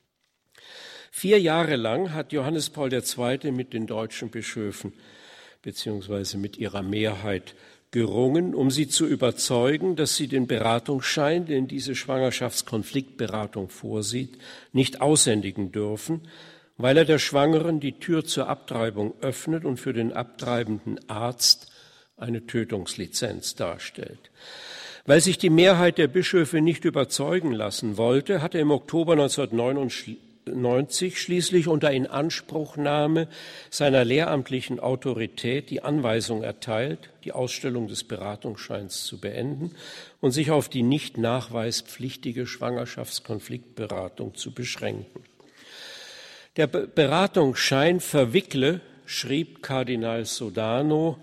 Vier Jahre lang hat Johannes Paul der Zweite mit den deutschen Bischöfen beziehungsweise mit ihrer Mehrheit gerungen, um sie zu überzeugen, dass sie den Beratungsschein, den diese Schwangerschaftskonfliktberatung vorsieht, nicht aushändigen dürfen, weil er der Schwangeren die Tür zur Abtreibung öffnet und für den abtreibenden Arzt eine Tötungslizenz darstellt. Weil sich die Mehrheit der Bischöfe nicht überzeugen lassen wollte, hat er im Oktober neunzehnhundertneunundneunzig schließlich unter Inanspruchnahme seiner lehramtlichen Autorität die Anweisung erteilt, die Ausstellung des Beratungsscheins zu beenden und sich auf die nicht nachweispflichtige Schwangerschaftskonfliktberatung zu beschränken. Der Beratungsschein verwickle, schrieb Kardinal Sodano,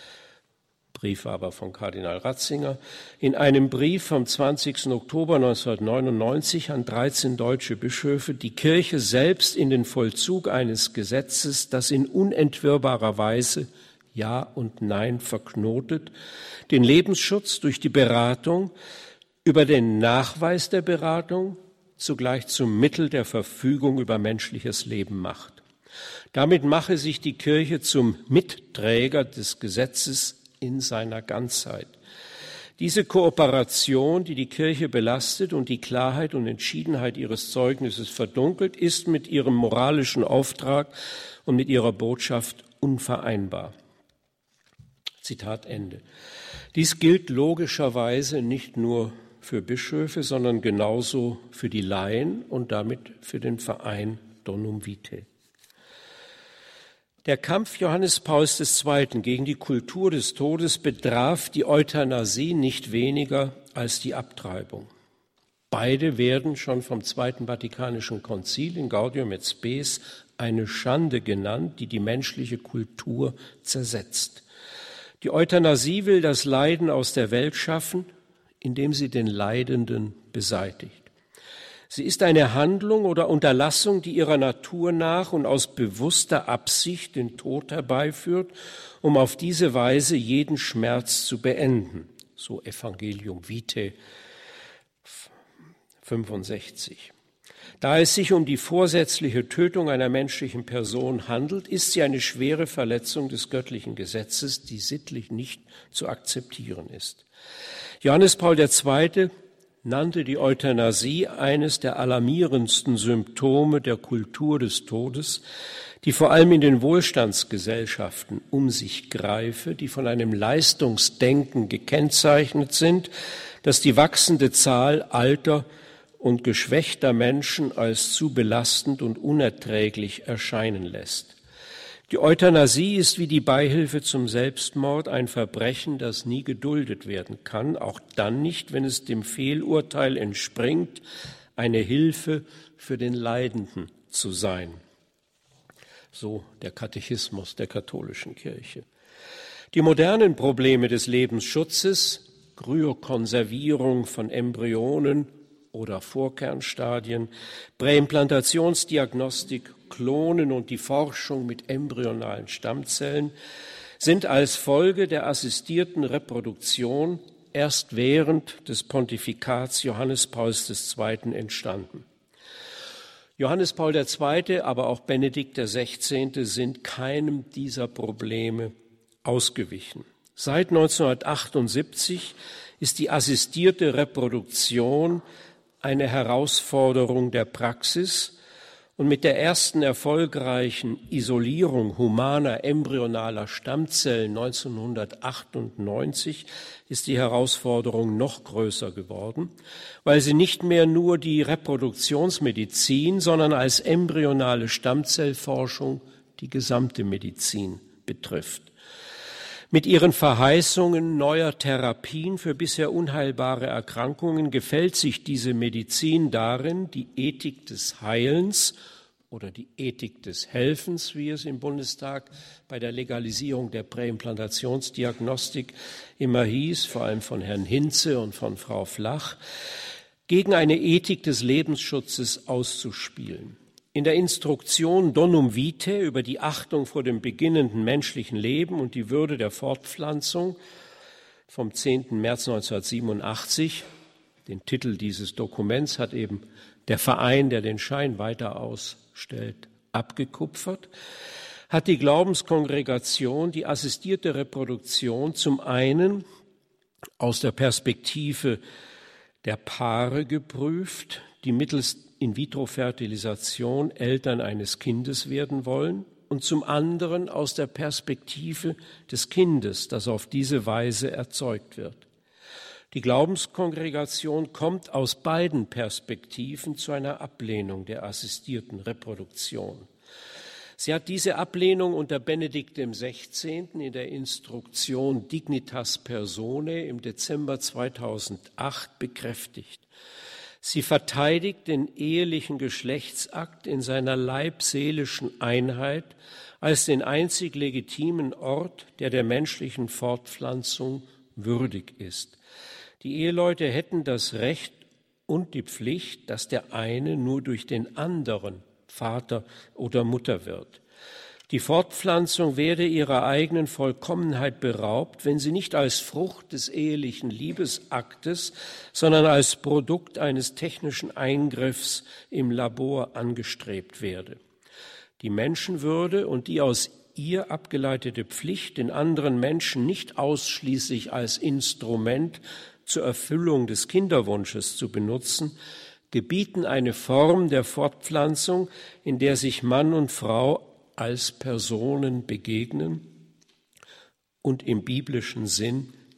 Brief aber von Kardinal Ratzinger, in einem Brief vom zwanzigsten Oktober neunzehnhundertneunundneunzig an dreizehn deutsche Bischöfe, die Kirche selbst in den Vollzug eines Gesetzes, das in unentwirrbarer Weise Ja und Nein verknotet, den Lebensschutz durch die Beratung über den Nachweis der Beratung zugleich zum Mittel der Verfügung über menschliches Leben macht. Damit mache sich die Kirche zum Mitträger des Gesetzes in seiner Ganzheit. Diese Kooperation, die die Kirche belastet und die Klarheit und Entschiedenheit ihres Zeugnisses verdunkelt, ist mit ihrem moralischen Auftrag und mit ihrer Botschaft unvereinbar. Zitat Ende. Dies gilt logischerweise nicht nur für Bischöfe, sondern genauso für die Laien und damit für den Verein Donum Vitae. Der Kampf Johannes Pauls der Zweiten gegen die Kultur des Todes betraf die Euthanasie nicht weniger als die Abtreibung. Beide werden schon vom Zweiten Vatikanischen Konzil in Gaudium et Spes eine Schande genannt, die die menschliche Kultur zersetzt. Die Euthanasie will das Leiden aus der Welt schaffen, indem sie den Leidenden beseitigt. Sie ist eine Handlung oder Unterlassung, die ihrer Natur nach und aus bewusster Absicht den Tod herbeiführt, um auf diese Weise jeden Schmerz zu beenden. So Evangelium Vitae fünfundsechzig. Da es sich um die vorsätzliche Tötung einer menschlichen Person handelt, ist sie eine schwere Verletzung des göttlichen Gesetzes, die sittlich nicht zu akzeptieren ist. Johannes Paul der Zweite nannte die Euthanasie eines der alarmierendsten Symptome der Kultur des Todes, die vor allem in den Wohlstandsgesellschaften um sich greife, die von einem Leistungsdenken gekennzeichnet sind, das die wachsende Zahl alter und geschwächter Menschen als zu belastend und unerträglich erscheinen lässt. Die Euthanasie ist wie die Beihilfe zum Selbstmord ein Verbrechen, das nie geduldet werden kann, auch dann nicht, wenn es dem Fehlurteil entspringt, eine Hilfe für den Leidenden zu sein. So der Katechismus der katholischen Kirche. Die modernen Probleme des Lebensschutzes, Kryokonservierung von Embryonen oder Vorkernstadien, Präimplantationsdiagnostik, Klonen und die Forschung mit embryonalen Stammzellen sind als Folge der assistierten Reproduktion erst während des Pontifikats Johannes Pauls der Zweiten entstanden. Johannes Paul der Zweite, aber auch Benedikt der Sechzehnte sind keinem dieser Probleme ausgewichen. Seit neunzehnhundertachtundsiebzig ist die assistierte Reproduktion eine Herausforderung der Praxis und mit der ersten erfolgreichen Isolierung humaner embryonaler Stammzellen neunzehnhundertachtundneunzig ist die Herausforderung noch größer geworden, weil sie nicht mehr nur die Reproduktionsmedizin, sondern als embryonale Stammzellforschung die gesamte Medizin betrifft. Mit ihren Verheißungen neuer Therapien für bisher unheilbare Erkrankungen gefällt sich diese Medizin darin, die Ethik des Heilens oder die Ethik des Helfens, wie es im Bundestag bei der Legalisierung der Präimplantationsdiagnostik immer hieß, vor allem von Herrn Hinze und von Frau Flach, gegen eine Ethik des Lebensschutzes auszuspielen. In der Instruktion Donum Vitae über die Achtung vor dem beginnenden menschlichen Leben und die Würde der Fortpflanzung vom zehnten März neunzehnhundertsiebenundachtzig, den Titel dieses Dokuments hat eben der Verein, der den Schein weiter ausstellt, abgekupfert, hat die Glaubenskongregation die assistierte Reproduktion zum einen aus der Perspektive der Paare geprüft, die mittels In-vitro-Fertilisation Eltern eines Kindes werden wollen, und zum anderen aus der Perspektive des Kindes, das auf diese Weise erzeugt wird. Die Glaubenskongregation kommt aus beiden Perspektiven zu einer Ablehnung der assistierten Reproduktion. Sie hat diese Ablehnung unter Benedikt dem Sechzehnten in der Instruktion Dignitas Personae im Dezember zweitausendacht bekräftigt. Sie verteidigt den ehelichen Geschlechtsakt in seiner leib-seelischen Einheit als den einzig legitimen Ort, der der menschlichen Fortpflanzung würdig ist. Die Eheleute hätten das Recht und die Pflicht, dass der eine nur durch den anderen Vater oder Mutter wird. Die Fortpflanzung werde ihrer eigenen Vollkommenheit beraubt, wenn sie nicht als Frucht des ehelichen Liebesaktes, sondern als Produkt eines technischen Eingriffs im Labor angestrebt werde. Die Menschenwürde und die aus ihr abgeleitete Pflicht, den anderen Menschen nicht ausschließlich als Instrument zur Erfüllung des Kinderwunsches zu benutzen, gebieten eine Form der Fortpflanzung, in der sich Mann und Frau als Personen begegnen und im biblischen Sinn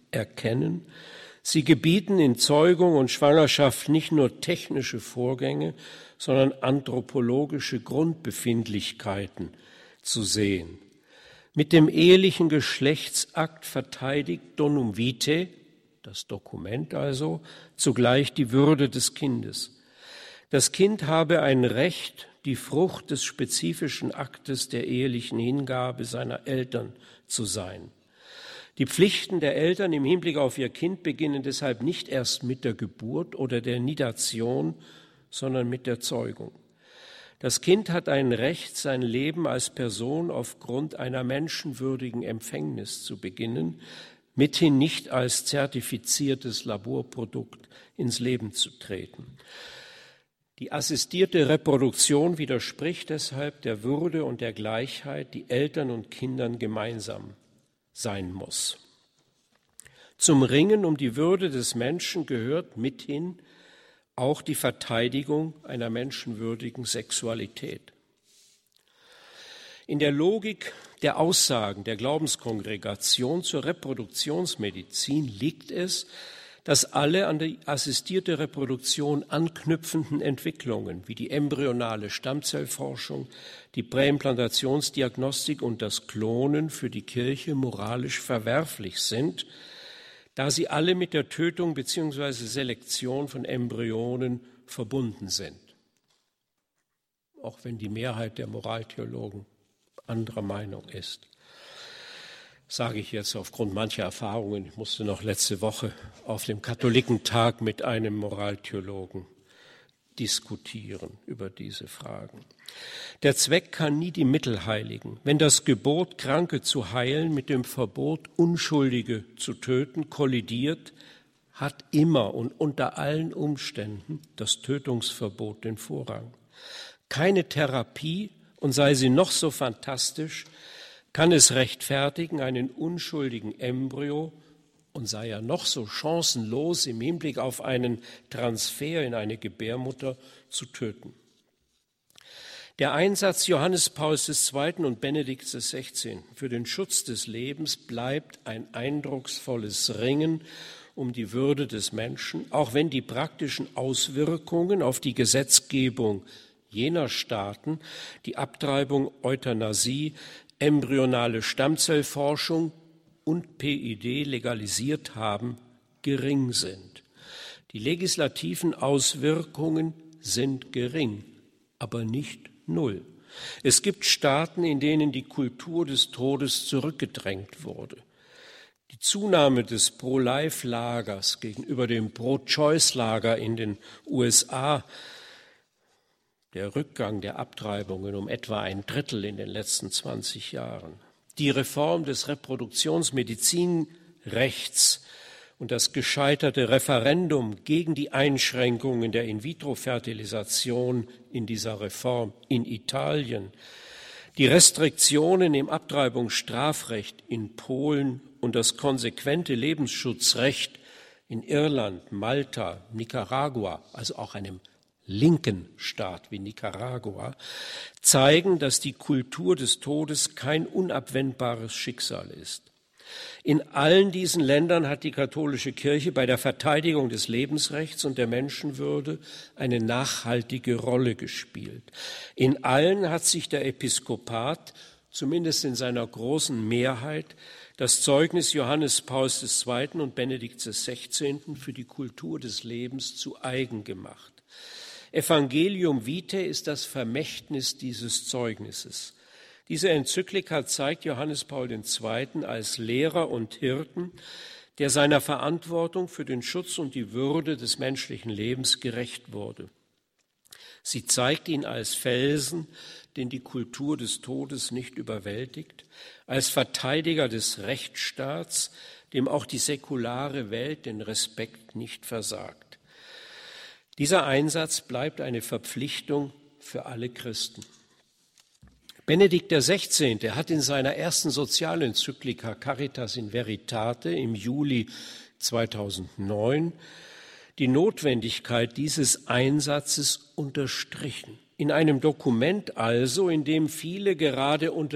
erkennen. Sie gebieten in Zeugung und Schwangerschaft nicht nur technische Vorgänge, sondern anthropologische Grundbefindlichkeiten zu sehen. Mit dem ehelichen Geschlechtsakt verteidigt Donum Vitae, das Dokument also, zugleich die Würde des Kindes. Das Kind habe ein Recht, die Frucht des spezifischen Aktes der ehelichen Hingabe seiner Eltern zu sein. Die Pflichten der Eltern im Hinblick auf ihr Kind beginnen deshalb nicht erst mit der Geburt oder der Nidation, sondern mit der Zeugung. Das Kind hat ein Recht, sein Leben als Person aufgrund einer menschenwürdigen Empfängnis zu beginnen, mithin nicht als zertifiziertes Laborprodukt ins Leben zu treten. Die assistierte Reproduktion widerspricht deshalb der Würde und der Gleichheit, die Eltern und Kindern gemeinsam sein muss. Zum Ringen um die Würde des Menschen gehört mithin auch die Verteidigung einer menschenwürdigen Sexualität. In der Logik der Aussagen der Glaubenskongregation zur Reproduktionsmedizin liegt es, dass alle an die assistierte Reproduktion anknüpfenden Entwicklungen wie die embryonale Stammzellforschung, die Präimplantationsdiagnostik und das Klonen für die Kirche moralisch verwerflich sind, da sie alle mit der Tötung bzw. Selektion von Embryonen verbunden sind. Auch wenn die Mehrheit der Moraltheologen anderer Meinung ist. Sage ich jetzt aufgrund mancher Erfahrungen. Ich musste noch letzte Woche auf dem Katholikentag mit einem Moraltheologen diskutieren über diese Fragen. Der Zweck kann nie die Mittel heiligen. Wenn das Gebot, Kranke zu heilen, mit dem Verbot, Unschuldige zu töten, kollidiert, hat immer und unter allen Umständen das Tötungsverbot den Vorrang. Keine Therapie, und sei sie noch so fantastisch, kann es rechtfertigen, einen unschuldigen Embryo, und sei er noch so chancenlos im Hinblick auf einen Transfer in eine Gebärmutter, zu töten. Der Einsatz Johannes Pauls der Zweiten und Benedikts der Sechzehnten für den Schutz des Lebens bleibt ein eindrucksvolles Ringen um die Würde des Menschen, auch wenn die praktischen Auswirkungen auf die Gesetzgebung jener Staaten, die Abtreibung, Euthanasie, embryonale Stammzellforschung und P I D legalisiert haben, gering sind. Die legislativen Auswirkungen sind gering, aber nicht null. Es gibt Staaten, in denen die Kultur des Todes zurückgedrängt wurde. Die Zunahme des Pro-Life-Lagers gegenüber dem Pro-Choice-Lager in den U S A, der Rückgang der Abtreibungen um etwa ein Drittel in den letzten zwanzig Jahren, die Reform des Reproduktionsmedizinrechts und das gescheiterte Referendum gegen die Einschränkungen der In-vitro-Fertilisation in dieser Reform in Italien, die Restriktionen im Abtreibungsstrafrecht in Polen und das konsequente Lebensschutzrecht in Irland, Malta, Nicaragua, also auch einem linken Staat wie Nicaragua, zeigen, dass die Kultur des Todes kein unabwendbares Schicksal ist. In allen diesen Ländern hat die katholische Kirche bei der Verteidigung des Lebensrechts und der Menschenwürde eine nachhaltige Rolle gespielt. In allen hat sich der Episkopat, zumindest in seiner großen Mehrheit, das Zeugnis Johannes Pauls der Zweiten und Benedikts der Sechzehnten für die Kultur des Lebens zu eigen gemacht. Evangelium Vitae ist das Vermächtnis dieses Zeugnisses. Diese Enzyklika zeigt Johannes Paul der Zweite als Lehrer und Hirten, der seiner Verantwortung für den Schutz und die Würde des menschlichen Lebens gerecht wurde. Sie zeigt ihn als Felsen, den die Kultur des Todes nicht überwältigt, als Verteidiger des Rechtsstaats, dem auch die säkulare Welt den Respekt nicht versagt. Dieser Einsatz bleibt eine Verpflichtung für alle Christen. Benedikt der Sechzehnte hat in seiner ersten Sozialenzyklika Caritas in Veritate im Juli zweitausendneun die Notwendigkeit dieses Einsatzes unterstrichen. In einem Dokument also, in dem viele gerade unter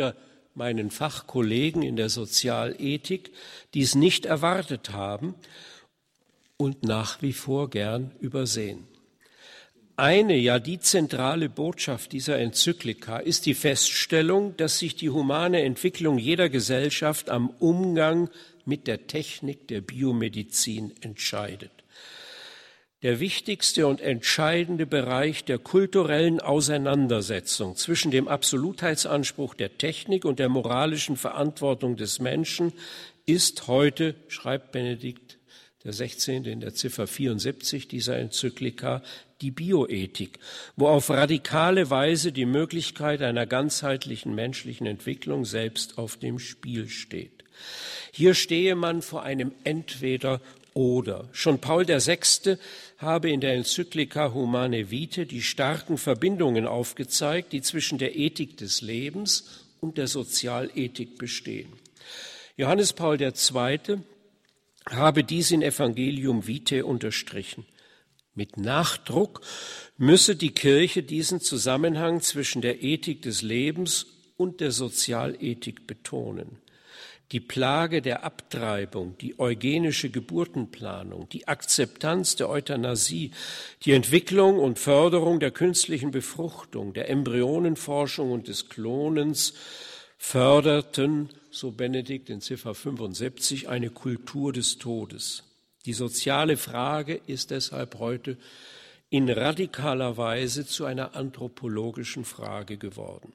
meinen Fachkollegen in der Sozialethik dies nicht erwartet haben und nach wie vor gern übersehen. Eine, ja die zentrale Botschaft dieser Enzyklika ist die Feststellung, dass sich die humane Entwicklung jeder Gesellschaft am Umgang mit der Technik der Biomedizin entscheidet. Der wichtigste und entscheidende Bereich der kulturellen Auseinandersetzung zwischen dem Absolutheitsanspruch der Technik und der moralischen Verantwortung des Menschen ist heute, schreibt Benedikt der Sechzehnte in der Ziffer vierundsiebzig dieser Enzyklika, die Bioethik, wo auf radikale Weise die Möglichkeit einer ganzheitlichen menschlichen Entwicklung selbst auf dem Spiel steht. Hier stehe man vor einem Entweder-Oder. Schon Paul der Sechste habe in der Enzyklika Humanae Vitae die starken Verbindungen aufgezeigt, die zwischen der Ethik des Lebens und der Sozialethik bestehen. Johannes Paul der Zweite habe dies in Evangelium Vitae unterstrichen. Mit Nachdruck müsse die Kirche diesen Zusammenhang zwischen der Ethik des Lebens und der Sozialethik betonen. Die Plage der Abtreibung, die eugenische Geburtenplanung, die Akzeptanz der Euthanasie, die Entwicklung und Förderung der künstlichen Befruchtung, der Embryonenforschung und des Klonens förderten, so Benedikt in Ziffer fünfundsiebzig, eine Kultur des Todes. Die soziale Frage ist deshalb heute in radikaler Weise zu einer anthropologischen Frage geworden.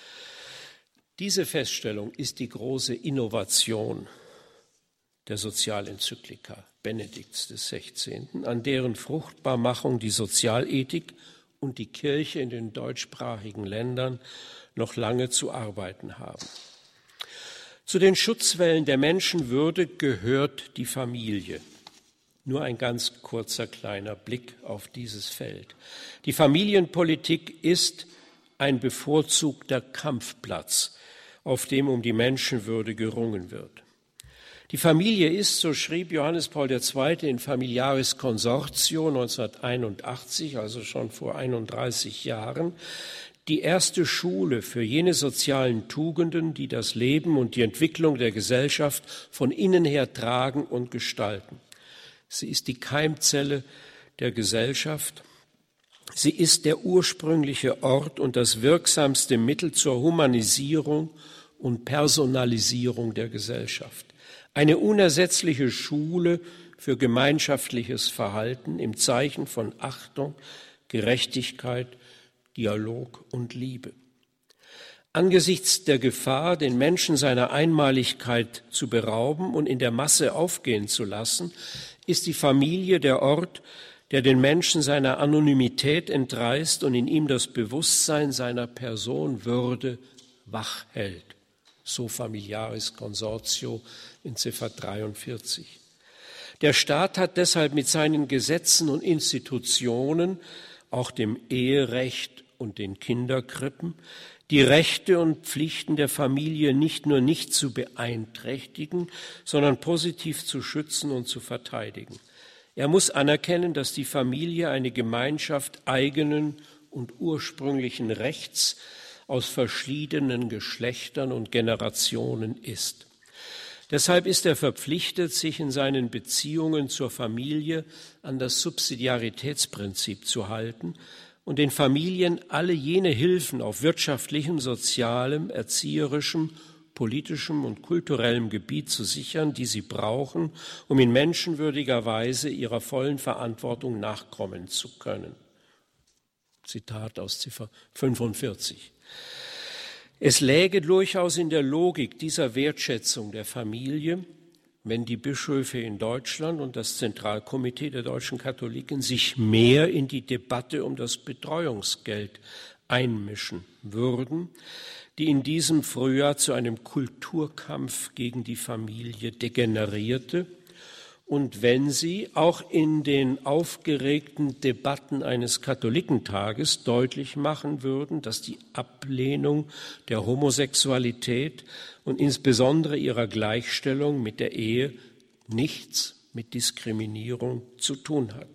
Diese Feststellung ist die große Innovation der Sozialenzyklika Benedikts des Sechzehnten, an deren Fruchtbarmachung die Sozialethik und die Kirche in den deutschsprachigen Ländern noch lange zu arbeiten haben. Zu den Schutzwellen der Menschenwürde gehört die Familie. Nur ein ganz kurzer kleiner Blick auf dieses Feld. Die Familienpolitik ist ein bevorzugter Kampfplatz, auf dem um die Menschenwürde gerungen wird. Die Familie ist, so schrieb Johannes Paul der Zweite in Familiaris Consortio neunzehnhunderteinundachtzig, also schon vor einunddreißig Jahren, die erste Schule für jene sozialen Tugenden, die das Leben und die Entwicklung der Gesellschaft von innen her tragen und gestalten. Sie ist die Keimzelle der Gesellschaft. Sie ist der ursprüngliche Ort und das wirksamste Mittel zur Humanisierung und Personalisierung der Gesellschaft. Eine unersetzliche Schule für gemeinschaftliches Verhalten im Zeichen von Achtung, Gerechtigkeit, Dialog und Liebe. Angesichts der Gefahr, den Menschen seiner Einmaligkeit zu berauben und in der Masse aufgehen zu lassen, ist die Familie der Ort, der den Menschen seiner Anonymität entreißt und in ihm das Bewusstsein seiner Personenwürde wach hält. So Familiaris Consortio in Ziffer dreiundvierzig. Der Staat hat deshalb mit seinen Gesetzen und Institutionen, auch dem Eherecht und den Kinderkrippen, die Rechte und Pflichten der Familie nicht nur nicht zu beeinträchtigen, sondern positiv zu schützen und zu verteidigen. Er muss anerkennen, dass die Familie eine Gemeinschaft eigenen und ursprünglichen Rechts aus verschiedenen Geschlechtern und Generationen ist. Deshalb ist er verpflichtet, sich in seinen Beziehungen zur Familie an das Subsidiaritätsprinzip zu halten und den Familien alle jene Hilfen auf wirtschaftlichem, sozialem, erzieherischem, politischem und kulturellem Gebiet zu sichern, die sie brauchen, um in menschenwürdiger Weise ihrer vollen Verantwortung nachkommen zu können. Zitat aus Ziffer fünfundvierzig. Es läge durchaus in der Logik dieser Wertschätzung der Familie, wenn die Bischöfe in Deutschland und das Zentralkomitee der deutschen Katholiken sich mehr in die Debatte um das Betreuungsgeld einmischen würden, die in diesem Frühjahr zu einem Kulturkampf gegen die Familie degenerierte, und wenn sie auch in den aufgeregten Debatten eines Katholikentages deutlich machen würden, dass die Ablehnung der Homosexualität und insbesondere ihrer Gleichstellung mit der Ehe nichts mit Diskriminierung zu tun hat.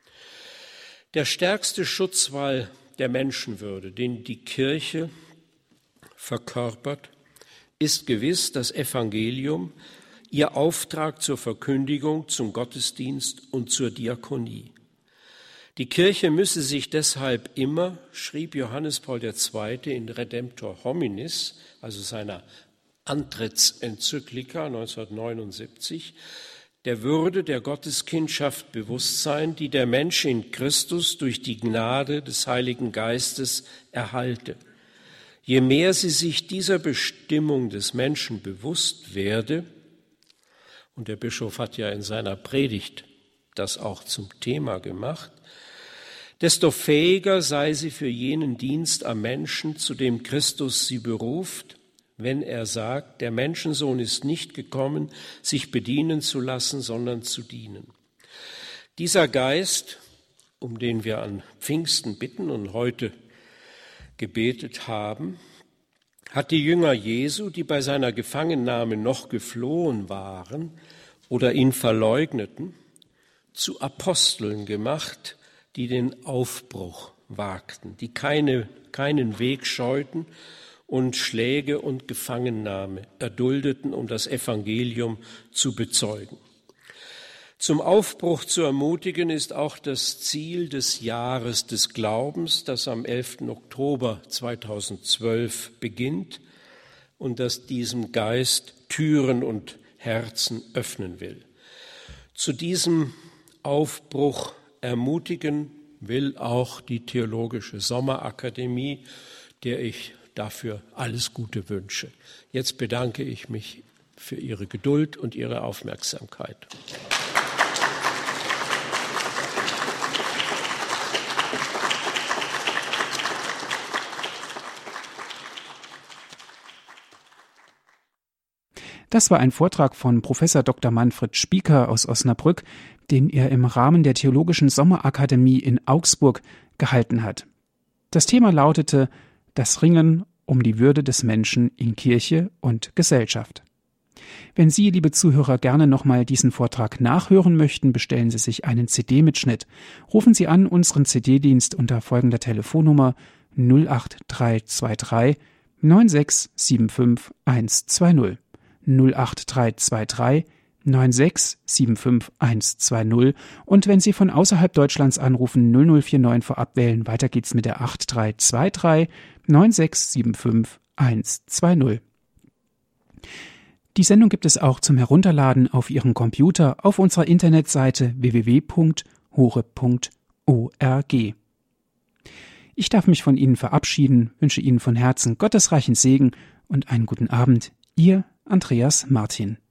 Der stärkste Schutzwall der Menschenwürde, den die Kirche verkörpert, ist gewiss das Evangelium, ihr Auftrag zur Verkündigung, zum Gottesdienst und zur Diakonie. Die Kirche müsse sich deshalb immer, schrieb Johannes Paul der Zweite in Redemptor Hominis, also seiner Antrittsenzyklika neunzehnhundertneunundsiebzig, der Würde der Gotteskindschaft bewusst sein, die der Mensch in Christus durch die Gnade des Heiligen Geistes erhalte. Je mehr sie sich dieser Bestimmung des Menschen bewusst werde, und der Bischof hat ja in seiner Predigt das auch zum Thema gemacht, desto fähiger sei sie für jenen Dienst am Menschen, zu dem Christus sie beruft, wenn er sagt, der Menschensohn ist nicht gekommen, sich bedienen zu lassen, sondern zu dienen. Dieser Geist, um den wir an Pfingsten bitten und heute gebetet haben, hat die Jünger Jesu, die bei seiner Gefangennahme noch geflohen waren oder ihn verleugneten, zu Aposteln gemacht, die den Aufbruch wagten, die keine, keinen Weg scheuten und Schläge und Gefangennahme erduldeten, um das Evangelium zu bezeugen. Zum Aufbruch zu ermutigen ist auch das Ziel des Jahres des Glaubens, das am elften Oktober zweitausendzwölf beginnt und das diesem Geist Türen und Herzen öffnen will. Zu diesem Aufbruch ermutigen will auch die Theologische Sommerakademie, der ich dafür alles Gute wünsche. Jetzt bedanke ich mich für Ihre Geduld und Ihre Aufmerksamkeit. Das war ein Vortrag von Professor Doktor Manfred Spieker aus Osnabrück, den er im Rahmen der Theologischen Sommerakademie in Augsburg gehalten hat. Das Thema lautete Das Ringen um die Würde des Menschen in Kirche und Gesellschaft. Wenn Sie, liebe Zuhörer, gerne nochmal diesen Vortrag nachhören möchten, bestellen Sie sich einen C D-Mitschnitt. Rufen Sie an unseren C D-Dienst unter folgender Telefonnummer null acht drei zwei drei neun sechs sieben fünf eins zwei null. null acht drei zwei drei neun sechs sieben fünf eins zwei null und wenn Sie von außerhalb Deutschlands anrufen, null null vier neun vorab wählen. Weiter geht's mit der acht drei zwei drei neun sechs sieben fünf eins zwei null. Die Sendung gibt es auch zum Herunterladen auf Ihrem Computer auf unserer Internetseite w w w punkt horeb punkt org. Ich darf mich von Ihnen verabschieden, wünsche Ihnen von Herzen gottesreichen Segen und einen guten Abend. Ihr Andreas Martin.